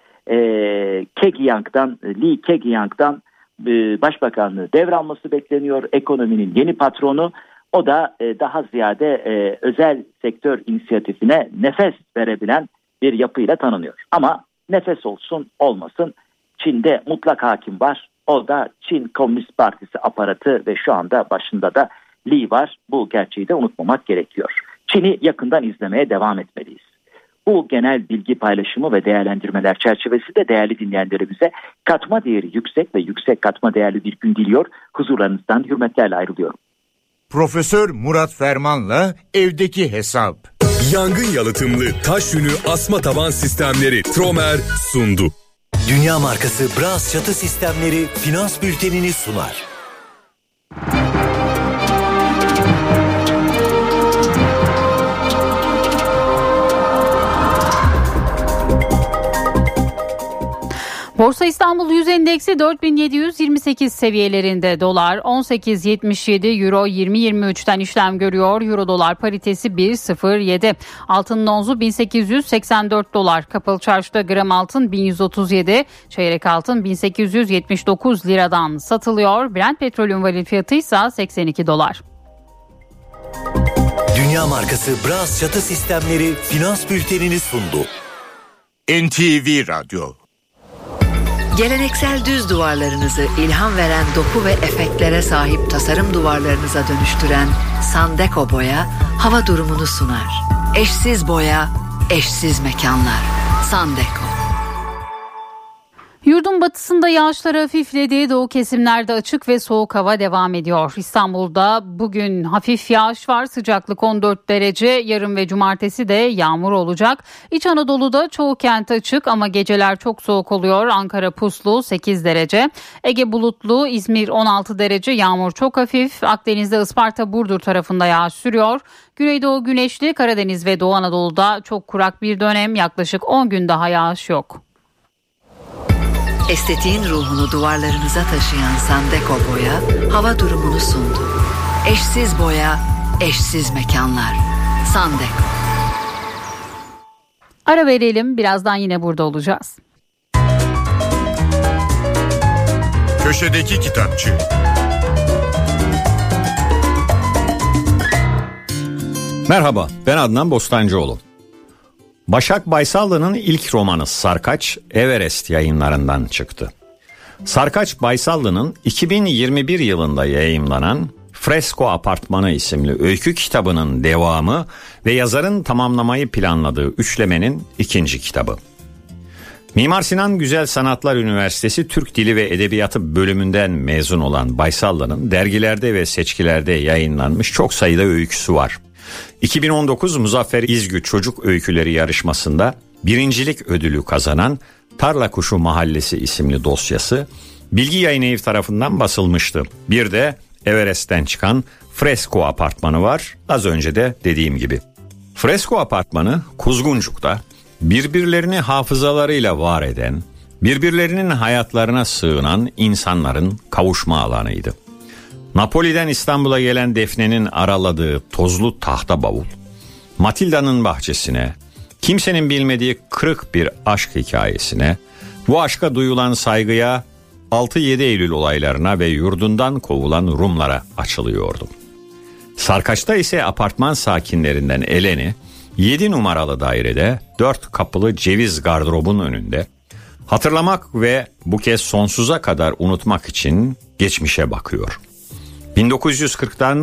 Li Keqiang'dan başbakanlığı devralması bekleniyor. Ekonominin yeni patronu. O da daha ziyade özel sektör inisiyatifine nefes verebilen bir yapıyla tanınıyor. Ama nefes olsun olmasın Çin'de mutlak hakim var. O da Çin Komünist Partisi aparatı ve şu anda başında da Li var. Bu gerçeği de unutmamak gerekiyor. Çin'i yakından izlemeye devam etmeliyiz. Bu genel bilgi paylaşımı ve değerlendirmeler çerçevesinde değerli dinleyenlerimize katma değeri yüksek ve yüksek katma değerli bir gün diliyor. Huzurlarınızdan hürmetlerle ayrılıyorum. Profesör Murat Ferman'la evdeki hesap. Yangın yalıtımlı taş yünü asma tavan sistemleri Tromer sundu. Dünya markası Bras çatı sistemleri finans bültenini sunar. Borsa İstanbul Yüz Endeksi 4728 seviyelerinde, dolar 18.77, euro 20.23'ten işlem görüyor. Euro dolar paritesi 1.07. Altının onzu 1884 dolar. Kapalı çarşıda gram altın 1137, çeyrek altın 1879 liradan satılıyor. Brent petrolün varil fiyatı ise 82 dolar. Dünya markası Bras çatı sistemleri finans bültenini sundu. NTV Radyo. Geleneksel düz duvarlarınızı ilham veren doku ve efektlere sahip tasarım duvarlarınıza dönüştüren Sandeko Boya hava durumunu sunar. Eşsiz boya, eşsiz mekanlar. Sandeko. Yurdun batısında yağışlar hafifledi. Doğu kesimlerde açık ve soğuk hava devam ediyor. İstanbul'da bugün hafif yağış var. Sıcaklık 14 derece. Yarın ve cumartesi de yağmur olacak. İç Anadolu'da çoğu kent açık ama geceler çok soğuk oluyor. Ankara puslu 8 derece. Ege bulutlu, İzmir 16 derece. Yağmur çok hafif. Akdeniz'de Isparta, Burdur tarafında yağış sürüyor. Güneydoğu güneşli, Karadeniz ve Doğu Anadolu'da çok kurak bir dönem. Yaklaşık 10 gün daha yağış yok. Estetiğin ruhunu duvarlarınıza taşıyan Sandeko Boya hava durumunu sundu. Eşsiz boya, eşsiz mekanlar. Sandeko. Ara verelim, birazdan yine burada olacağız. Köşedeki kitapçı. Merhaba, ben Adnan Bostancıoğlu. Başak Baysallı'nın ilk romanı Sarkaç, Everest yayınlarından çıktı. Sarkaç, Baysallı'nın 2021 yılında yayımlanan Fresko Apartmanı isimli öykü kitabının devamı ve yazarın tamamlamayı planladığı üçlemenin ikinci kitabı. Mimar Sinan Güzel Sanatlar Üniversitesi Türk Dili ve Edebiyatı bölümünden mezun olan Baysallı'nın dergilerde ve seçkilerde yayınlanmış çok sayıda öyküsü var. 2019 Muzaffer İzgü Çocuk Öyküleri yarışmasında birincilik ödülü kazanan Tarla Kuşu Mahallesi isimli dosyası Bilgi Yayınevi tarafından basılmıştı. Bir de Everest'ten çıkan Fresko Apartmanı var, az önce de dediğim gibi. Fresko Apartmanı Kuzguncuk'ta birbirlerini hafızalarıyla var eden, birbirlerinin hayatlarına sığınan insanların kavuşma alanıydı. Napoli'den İstanbul'a gelen Defne'nin araladığı tozlu tahta bavul, Matilda'nın bahçesine, kimsenin bilmediği kırık bir aşk hikayesine, bu aşka duyulan saygıya, 6-7 Eylül olaylarına ve yurdundan kovulan Rumlara açılıyordu. Sarkaç'ta ise apartman sakinlerinden Eleni, 7 numaralı dairede 4 kapılı ceviz gardırobun önünde, hatırlamak ve bu kez sonsuza kadar unutmak için geçmişe bakıyor. 1940'tan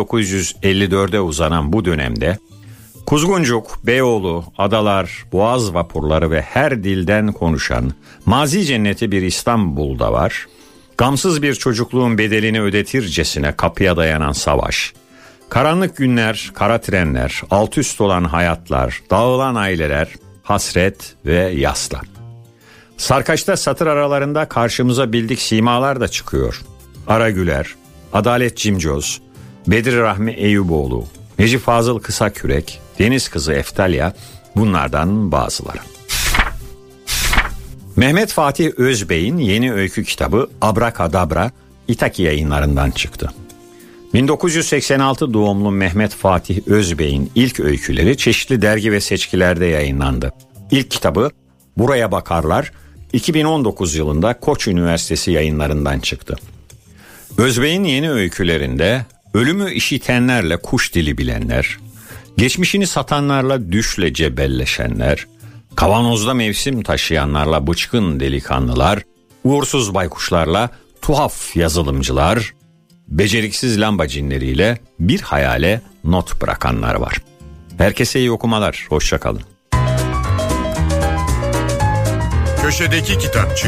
1954'e uzanan bu dönemde Kuzguncuk, Beyoğlu, adalar, boğaz vapurları ve her dilden konuşan mazi cenneti bir İstanbul'da var. Gamsız bir çocukluğun bedelini ödetircesine kapıya dayanan savaş, karanlık günler, kara trenler, alt üst olan hayatlar, dağılan aileler, hasret ve yasla. Sarkaç'ta satır aralarında karşımıza bildik simalar da çıkıyor. Ara Güler, Adalet Cimcoz, Bedri Rahmi Eyüboğlu, Necip Fazıl Kısakürek, Deniz Kızı Eftalya bunlardan bazıları. Mehmet Fatih Özbey'in yeni öykü kitabı Abrakadabra İtaki Yayınlarından çıktı. 1986 doğumlu Mehmet Fatih Özbey'in ilk öyküleri çeşitli dergi ve seçkilerde yayınlandı. İlk kitabı Buraya Bakarlar 2019 yılında Koç Üniversitesi Yayınlarından çıktı. Özbey'in yeni öykülerinde ölümü işitenlerle kuş dili bilenler, geçmişini satanlarla düşle cebelleşenler, kavanozda mevsim taşıyanlarla bıçkın delikanlılar, uğursuz baykuşlarla tuhaf yazılımcılar, beceriksiz lamba cinleriyle bir hayale not bırakanlar var. Herkese iyi okumalar, hoşça kalın. Köşedeki Kitapçı.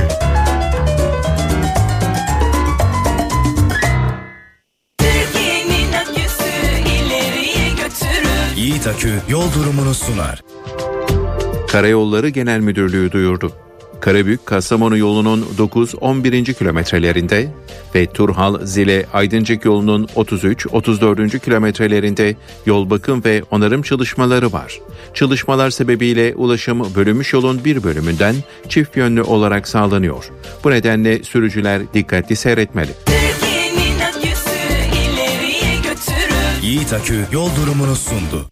Türkiye'nin aküsü ileriye götürür. Yiğit Akü yol durumunu sunar. Karayolları Genel Müdürlüğü duyurdu. Karabük-Kastamonu yolunun 9-11. kilometrelerinde ve Turhal-Zile-Aydıncık yolunun 33-34. kilometrelerinde yol bakım ve onarım çalışmaları var. Çalışmalar sebebiyle ulaşım bölünmüş yolun bir bölümünden çift yönlü olarak sağlanıyor. Bu nedenle sürücüler dikkatli seyretmeli. Türkiye'nin aküsü ileriye götürür. Yiğit Akü yol durumunu sundu.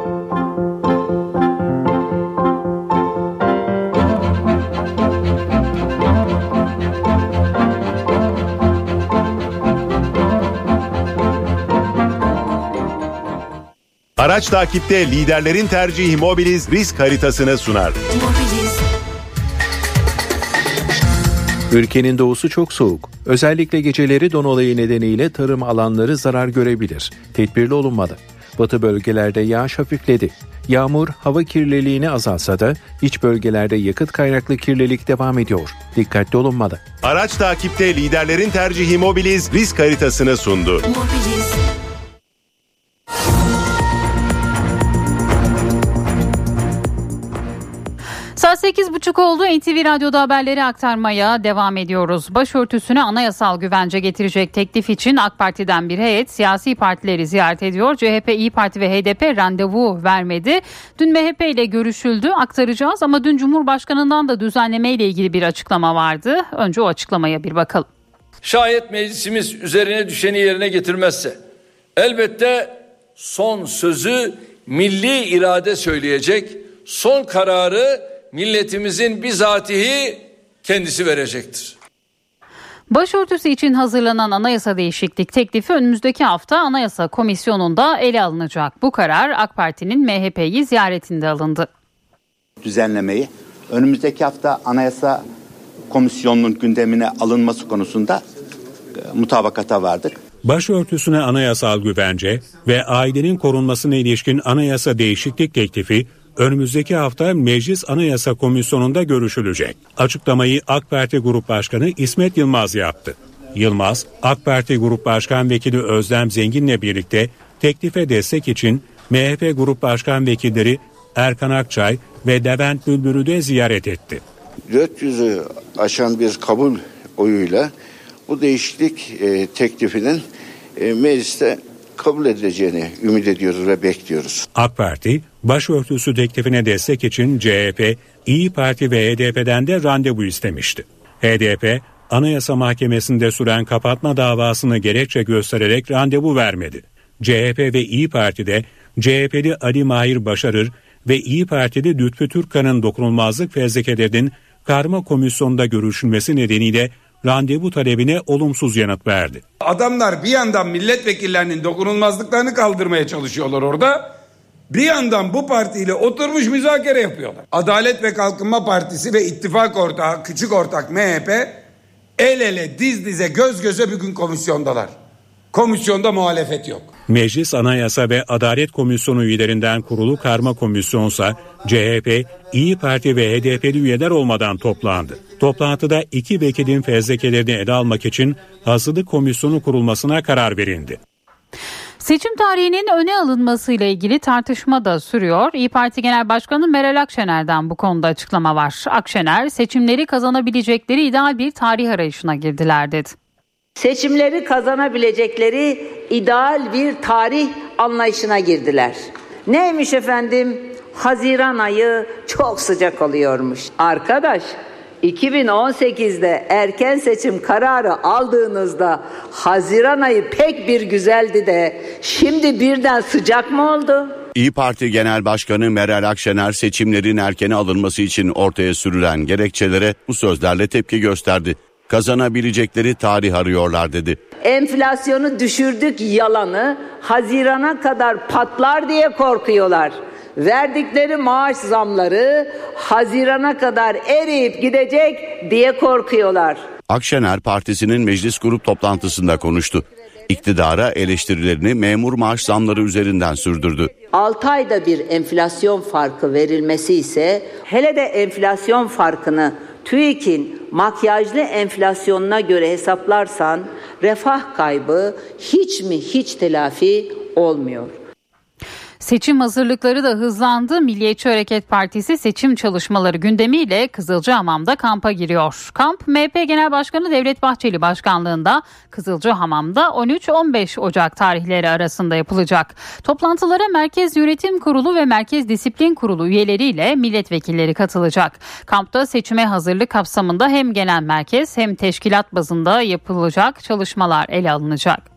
Araç takipte liderlerin tercihi Mobiliz risk haritasını sunar. Ülkenin doğusu çok soğuk. Özellikle geceleri don olayı nedeniyle tarım alanları zarar görebilir. Tedbirli olunmalı. Batı bölgelerde yağış hafifledi. Yağmur hava kirliliğini azaltsa da iç bölgelerde yakıt kaynaklı kirlilik devam ediyor. Dikkatli olunmalı. Araç takipte liderlerin tercihi Mobiliz risk haritasını sundu. Mobiliz. Saat 8.30 oldu. NTV Radyo'da haberleri aktarmaya devam ediyoruz. Başörtüsüne anayasal güvence getirecek teklif için AK Parti'den bir heyet siyasi partileri ziyaret ediyor. CHP, İYİ Parti ve HDP randevu vermedi. Dün MHP ile görüşüldü, aktaracağız ama dün Cumhurbaşkanı'ndan da düzenleme ile ilgili bir açıklama vardı. Önce o açıklamaya bir bakalım. Şayet meclisimiz üzerine düşeni yerine getirmezse elbette son sözü milli irade söyleyecek, son kararı milletimizin bizatihi kendisi verecektir. Başörtüsü için hazırlanan anayasa değişiklik teklifi önümüzdeki hafta Anayasa Komisyonu'nda ele alınacak. Bu karar AK Parti'nin MHP'yi ziyaretinde alındı. Düzenlemeyi önümüzdeki hafta Anayasa Komisyonu'nun gündemine alınması konusunda mutabakata vardık. Başörtüsüne anayasal güvence ve ailenin korunmasına ilişkin anayasa değişiklik teklifi önümüzdeki hafta Meclis Anayasa Komisyonu'nda görüşülecek. Açıklamayı AK Parti Grup Başkanı İsmet Yılmaz yaptı. Yılmaz, AK Parti Grup Başkan Vekili Özlem Zengin'le birlikte teklife destek için MHP Grup Başkan Vekilleri Erkan Akçay ve Levent Bülbül'ü de ziyaret etti. 400'ü aşan bir kabul oyuyla bu değişiklik teklifinin mecliste kabul edileceğini ümit ediyoruz ve bekliyoruz. AK Parti, başörtüsü teklifine destek için CHP, İYİ Parti ve HDP'den de randevu istemişti. HDP, Anayasa Mahkemesi'nde süren kapatma davasını gerekçe göstererek randevu vermedi. CHP ve İYİ Parti'de CHP'li Ali Mahir Başarır ve İYİ Parti'de Lütfü Türkkan'ın dokunulmazlık fezlekelerinin karma komisyonda görüşülmesi nedeniyle randevu talebine olumsuz yanıt verdi. Adamlar bir yandan milletvekillerinin dokunulmazlıklarını kaldırmaya çalışıyorlar orada. Bir yandan bu partiyle oturmuş müzakere yapıyorlar. Adalet ve Kalkınma Partisi ve ittifak ortağı, küçük ortak MHP el ele diz dize göz göze bugün komisyondalar. Komisyonda muhalefet yok. Meclis Anayasa ve Adalet Komisyonu üyelerinden kurulu karma komisyonsa CHP, İYİ Parti ve HDP'li üyeler olmadan toplandı. Toplantıda iki vekilin fezlekelerini ele almak için hazırlık komisyonu kurulmasına karar verildi. Seçim tarihinin öne alınmasıyla ilgili tartışma da sürüyor. İYİ Parti Genel Başkanı Meral Akşener'den bu konuda açıklama var. Akşener, seçimleri kazanabilecekleri ideal bir tarih arayışına girdiler dedi. Seçimleri kazanabilecekleri ideal bir tarih anlayışına girdiler. Neymiş efendim? Haziran ayı çok sıcak oluyormuş. Arkadaş, 2018'de erken seçim kararı aldığınızda Haziran ayı pek bir güzeldi de şimdi birden sıcak mı oldu? İYİ Parti Genel Başkanı Meral Akşener seçimlerin erkene alınması için ortaya sürülen gerekçelere bu sözlerle tepki gösterdi. Kazanabilecekleri tarih arıyorlar dedi. Enflasyonu düşürdük yalanı Haziran'a kadar patlar diye korkuyorlar. Verdikleri maaş zamları Haziran'a kadar eriyip gidecek diye korkuyorlar. Akşener partisinin meclis grup toplantısında konuştu. İktidara eleştirilerini memur maaş zamları üzerinden sürdürdü. 6 ayda bir enflasyon farkı verilmesi ise hele de enflasyon farkını TÜİK'in makyajlı enflasyonuna göre hesaplarsan refah kaybı hiç telafi olmuyor. Seçim hazırlıkları da hızlandı. Milliyetçi Hareket Partisi seçim çalışmaları gündemiyle Kızılcahamam'da kampa giriyor. Kamp, MHP Genel Başkanı Devlet Bahçeli başkanlığında Kızılcahamam'da 13-15 Ocak tarihleri arasında yapılacak. Toplantılara Merkez Yönetim Kurulu ve Merkez Disiplin Kurulu üyeleriyle milletvekilleri katılacak. Kampta seçime hazırlık kapsamında hem genel merkez hem teşkilat bazında yapılacak çalışmalar ele alınacak.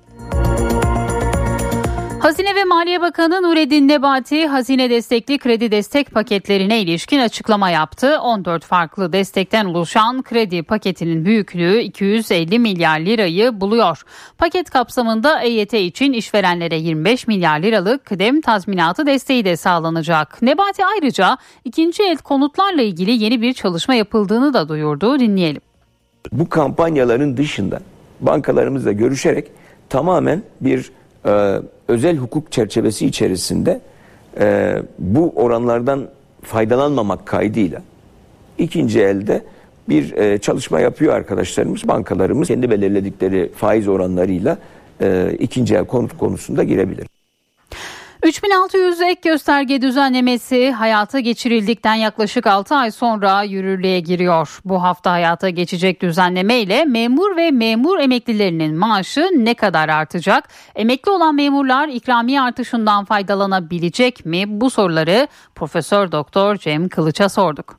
Hazine ve Maliye Bakanı Nureddin Nebati, hazine destekli kredi destek paketlerine ilişkin açıklama yaptı. 14 farklı destekten oluşan kredi paketinin büyüklüğü 250 milyar lirayı buluyor. Paket kapsamında EYT için işverenlere 25 milyar liralık kıdem tazminatı desteği de sağlanacak. Nebati ayrıca ikinci el konutlarla ilgili yeni bir çalışma yapıldığını da duyurdu. Dinleyelim. Bu kampanyaların dışında bankalarımızla görüşerek tamamen bir özel hukuk çerçevesi içerisinde bu oranlardan faydalanmamak kaydıyla ikinci elde bir çalışma yapıyor arkadaşlarımız. Bankalarımız kendi belirledikleri faiz oranlarıyla ikinci el konut konusunda girebilir. 3600 ek gösterge düzenlemesi hayata geçirildikten yaklaşık 6 ay sonra yürürlüğe giriyor. Bu hafta hayata geçecek düzenleme ile memur ve memur emeklilerinin maaşı ne kadar artacak? Emekli olan memurlar ikramiye artışından faydalanabilecek mi? Bu soruları Profesör Doktor Cem Kılıç'a sorduk.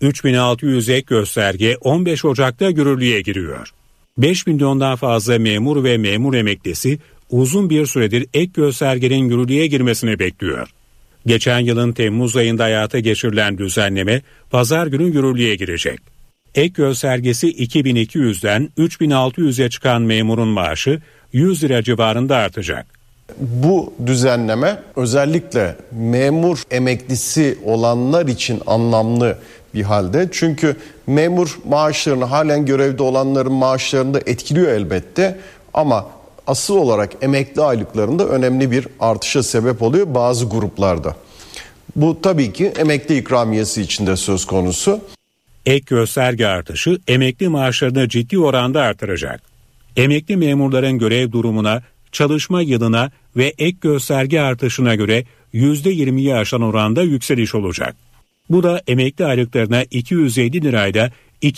3600 ek gösterge 15 Ocak'ta yürürlüğe giriyor. 5 milyondan fazla memur ve memur emeklisi uzun bir süredir ek göstergenin yürürlüğe girmesini bekliyor. Geçen yılın Temmuz ayında hayata geçirilen düzenleme pazar günü yürürlüğe girecek. Ek göstergesi 2200'den 3600'e çıkan memurun maaşı 100 lira civarında artacak. Bu düzenleme özellikle memur emeklisi olanlar için anlamlı bir halde. Çünkü memur maaşlarını halen görevde olanların maaşlarını da etkiliyor elbette ama asıl olarak emekli aylıklarında önemli bir artışa sebep oluyor bazı gruplarda. Bu tabii ki emekli ikramiyesi için de söz konusu. Ek gösterge artışı emekli maaşlarını ciddi oranda artıracak. Emekli memurların görev durumuna, çalışma yılına ve ek gösterge artışına göre %20'yi aşan oranda yükseliş olacak. Bu da emekli aylıklarına 250 lirayla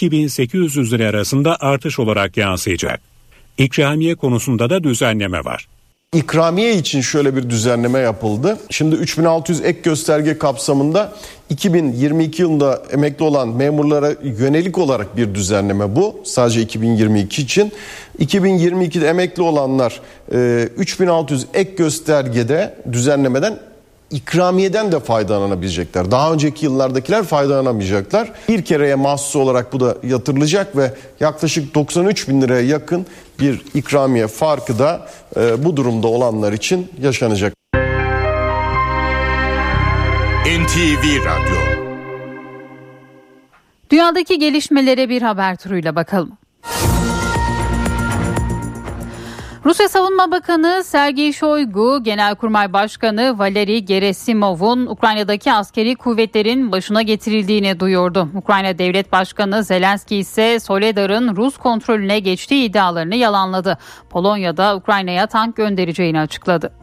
2800 lira arasında artış olarak yansıyacak. İkramiye konusunda da düzenleme var. İkramiye için şöyle bir düzenleme yapıldı. Şimdi 3600 ek gösterge kapsamında 2022 yılında emekli olan memurlara yönelik olarak bir düzenleme bu. Sadece 2022 için. 2022'de emekli olanlar 3600 ek göstergede düzenlemeden ikramiyeden de faydalanabilecekler. Daha önceki yıllardakiler faydalanamayacaklar. Bir kereye mahsus olarak bu da yatırılacak ve yaklaşık 93 bin liraya yakın bir ikramiye farkı da bu durumda olanlar için yaşanacak. NTV Radyo. Dünyadaki gelişmelere bir haber turuyla bakalım. Rusya Savunma Bakanı Sergey Shoigu, Genelkurmay Başkanı Valeri Gerasimov'un Ukrayna'daki askeri kuvvetlerin başına getirildiğini duyurdu. Ukrayna Devlet Başkanı Zelenski ise Soledar'ın Rus kontrolüne geçtiği iddialarını yalanladı. Polonya'da Ukrayna'ya tank göndereceğini açıkladı.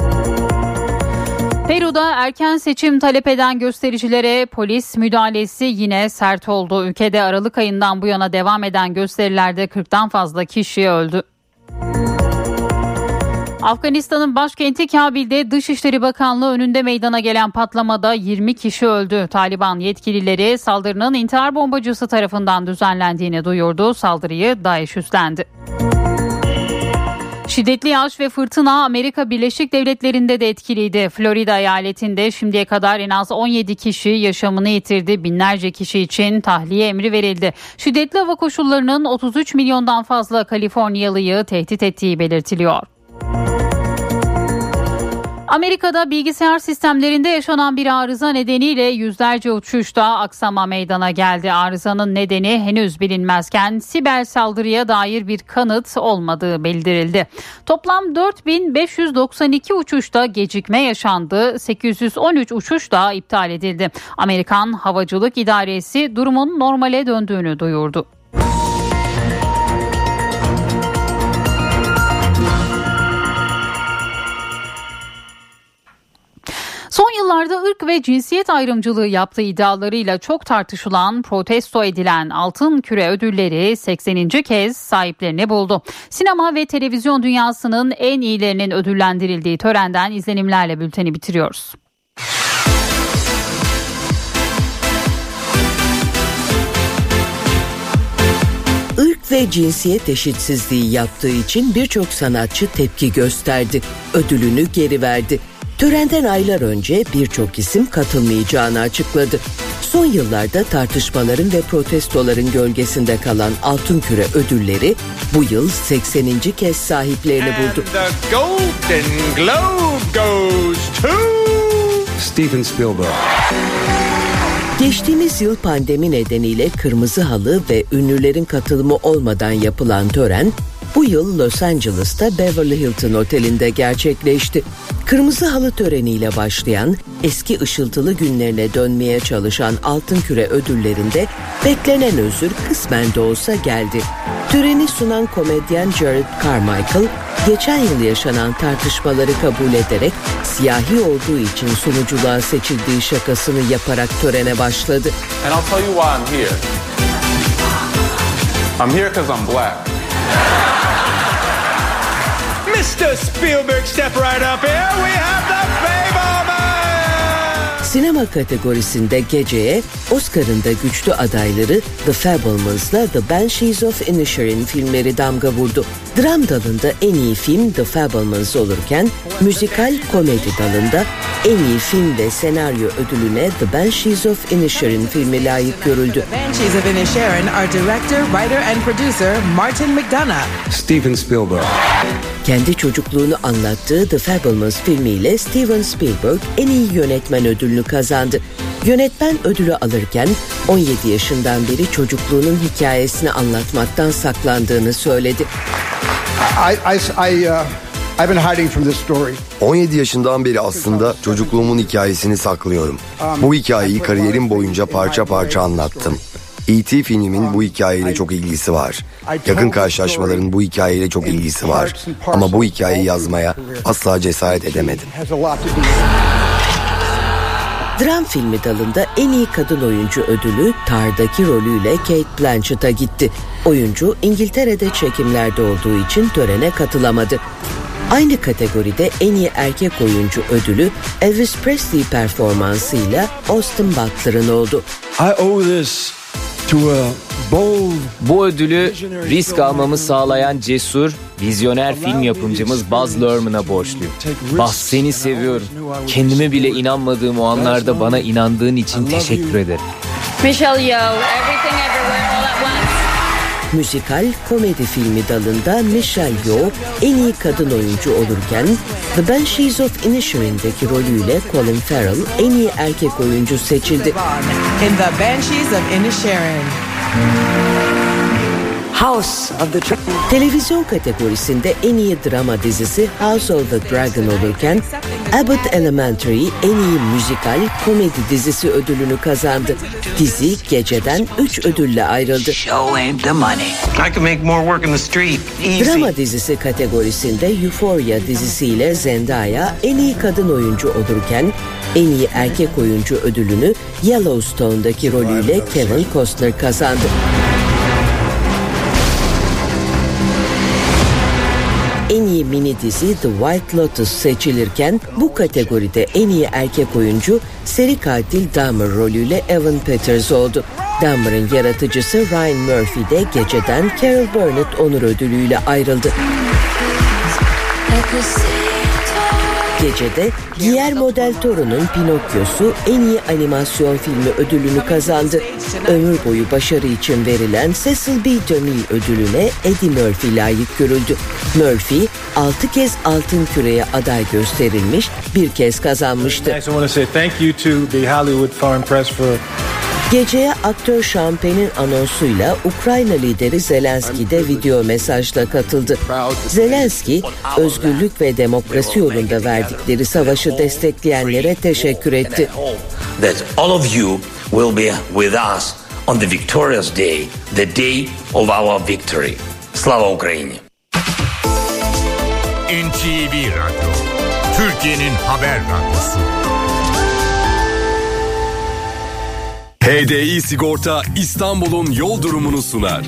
Peru'da erken seçim talep eden göstericilere polis müdahalesi yine sert oldu. Ülkede Aralık ayından bu yana devam eden gösterilerde 40'tan fazla kişi öldü. Afganistan'ın başkenti Kabil'de Dışişleri Bakanlığı önünde meydana gelen patlamada 20 kişi öldü. Taliban yetkilileri saldırının intihar bombacısı tarafından düzenlendiğini duyurdu. Saldırıyı DAEŞ üstlendi. Şiddetli yağış ve fırtına Amerika Birleşik Devletleri'nde de etkiliydi. Florida eyaletinde şimdiye kadar en az 17 kişi yaşamını yitirdi. Binlerce kişi için tahliye emri verildi. Şiddetli hava koşullarının 33 milyondan fazla Kaliforniyalıyı tehdit ettiği belirtiliyor. Amerika'da bilgisayar sistemlerinde yaşanan bir arıza nedeniyle yüzlerce uçuşta aksama meydana geldi. Arızanın nedeni henüz bilinmezken siber saldırıya dair bir kanıt olmadığı bildirildi. Toplam 4592 uçuşta gecikme yaşandı. 813 uçuş da iptal edildi. Amerikan Havacılık İdaresi durumun normale döndüğünü duyurdu. Son yıllarda ırk ve cinsiyet ayrımcılığı yaptığı iddialarıyla çok tartışılan, protesto edilen Altın Küre ödülleri 80. kez sahiplerini buldu. Sinema ve televizyon dünyasının en iyilerinin ödüllendirildiği törenden izlenimlerle bülteni bitiriyoruz. Irk ve cinsiyet eşitsizliği yaptığı için birçok sanatçı tepki gösterdi. Ödülünü geri verdi. Törenden aylar önce birçok isim katılmayacağını açıkladı. Son yıllarda tartışmaların ve protestoların gölgesinde kalan Altın Küre ödülleri bu yıl 80. kez sahiplerini buldu. The Golden Globe goes to Steven Spielberg. Geçtiğimiz yıl pandemi nedeniyle kırmızı halı ve ünlülerin katılımı olmadan yapılan tören bu yıl Los Angeles'ta Beverly Hilton Oteli'nde gerçekleşti. Kırmızı halı töreniyle başlayan, eski ışıltılı günlerine dönmeye çalışan Altın Küre ödüllerinde beklenen özür kısmen de olsa geldi. Töreni sunan komedyen Jared Carmichael, geçen yıl yaşanan tartışmaları kabul ederek siyahi olduğu için sunuculuğa seçildiği şakasını yaparak törene başladı. And I'll tell you why I'm here. I'm here because I'm black. Mr. Spielberg, step right up here. We have the Fabelmans. Sinema kategorisinde geceye Oscar'ın da güçlü adayları The Fabelmans'la The Banshees of Inisherin filmleri damga vurdu. Dram dalında en iyi film The Fabelmans olurken müzikal komedi dalında en iyi film ve senaryo ödülüne The Banshees of Inisherin filmi layık görüldü. The Banshees of Inisherin are director, writer and producer Martin McDonagh. Steven Spielberg. Kendi çocukluğunu anlattığı The Fabelmans filmiyle Steven Spielberg en iyi yönetmen ödülünü kazandı. Yönetmen ödülü alırken 17 yaşından beri çocukluğunun hikayesini anlatmaktan saklandığını söyledi. I've been hiding from this story. 17 yaşından beri aslında çocukluğumun hikayesini saklıyorum. Bu hikayeyi kariyerim boyunca parça parça anlattım. E.T. filmimin bu hikayeyle çok ilgisi var. Yakın karşılaşmaların bu hikayeyle çok ilgisi var. Ama bu hikayeyi yazmaya asla cesaret edemedim. Dram filmi dalında en iyi kadın oyuncu ödülü Tar'daki rolüyle Cate Blanchett'a gitti. Oyuncu İngiltere'de çekimlerde olduğu için törene katılamadı. Aynı kategoride en iyi erkek oyuncu ödülü Elvis Presley performansıyla Austin Butler'ın oldu. I owe this to a bold, bu ödülü risk almamı sağlayan cesur, vizyoner film yapımcımız Baz Luhrmann'a borçluyum. Baz, seni seviyorum. Kendime bile inanmadığım o anlarda bana inandığın için teşekkür ederim. Michelle Yeoh, Everything Everywhere All at Once. Müzikal komedi filmi dalında Michelle Yeoh en iyi kadın oyuncu olurken The Banshees of Inisherin'deki rolüyle Colin Farrell en iyi erkek oyuncu seçildi. In The Banshees of Inisherin. House of the Televizyon kategorisinde en iyi drama dizisi House of the Dragon olurken Abbott Elementary en iyi müzikal komedi dizisi ödülünü kazandı. Dizi geceden 3 ödülle ayrıldı. Drama dizisi kategorisinde Euphoria dizisiyle Zendaya en iyi kadın oyuncu olurken en iyi erkek oyuncu ödülünü Yellowstone'daki rolüyle Kevin Costner kazandı. En iyi mini dizi The White Lotus seçilirken bu kategoride en iyi erkek oyuncu seri katil Dahmer rolüyle Evan Peters oldu. Dahmer'ın yaratıcısı Ryan Murphy de geceden Carol Burnett onur ödülüyle ayrıldı. Gecede Guillermo del Toro'nun Pinokyo'su en iyi animasyon filmi ödülünü kazandı. Ömür boyu başarı için verilen Cecil B. DeMille ödülüne Eddie Murphy layık görüldü. Murphy 6 kez Altın Küre'ye aday gösterilmiş, bir kez kazanmıştı. Geceye aktör Sean Penn'in anonsuyla Ukrayna lideri Zelenski de video mesajla katıldı. Zelenski, özgürlük ve demokrasi yolunda verdikleri savaşı destekleyenlere teşekkür etti. That all of you will be with us on the victorious day, the day of our victory. Slava Ukraini. NTV Radyo, Türkiye'nin haber radyosu. HDI Sigorta İstanbul'un yol durumunu sunar.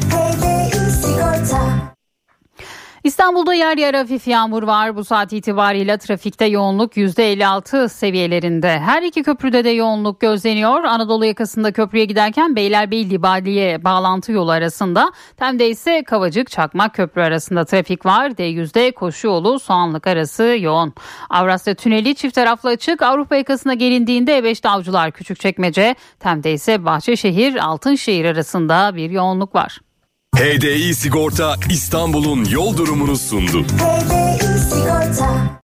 İstanbul'da yer yer hafif yağmur var. Bu saat itibariyle trafikte yoğunluk %56 seviyelerinde. Her iki köprüde de yoğunluk gözleniyor. Anadolu yakasında köprüye giderken Beylerbeyi-Libadiye bağlantı yolu arasında. Tem'de ise Kavacık-Çakmak Köprü arasında trafik var. D100'de koşu yolu Soğanlık arası yoğun. Avrasya Tüneli çift taraflı açık. Avrupa yakasına gelindiğinde E5'te Avcılar Küçükçekmece. Tem'de ise Bahçeşehir-Altınşehir arasında bir yoğunluk var. HDI Sigorta İstanbul'un yol durumunu sundu.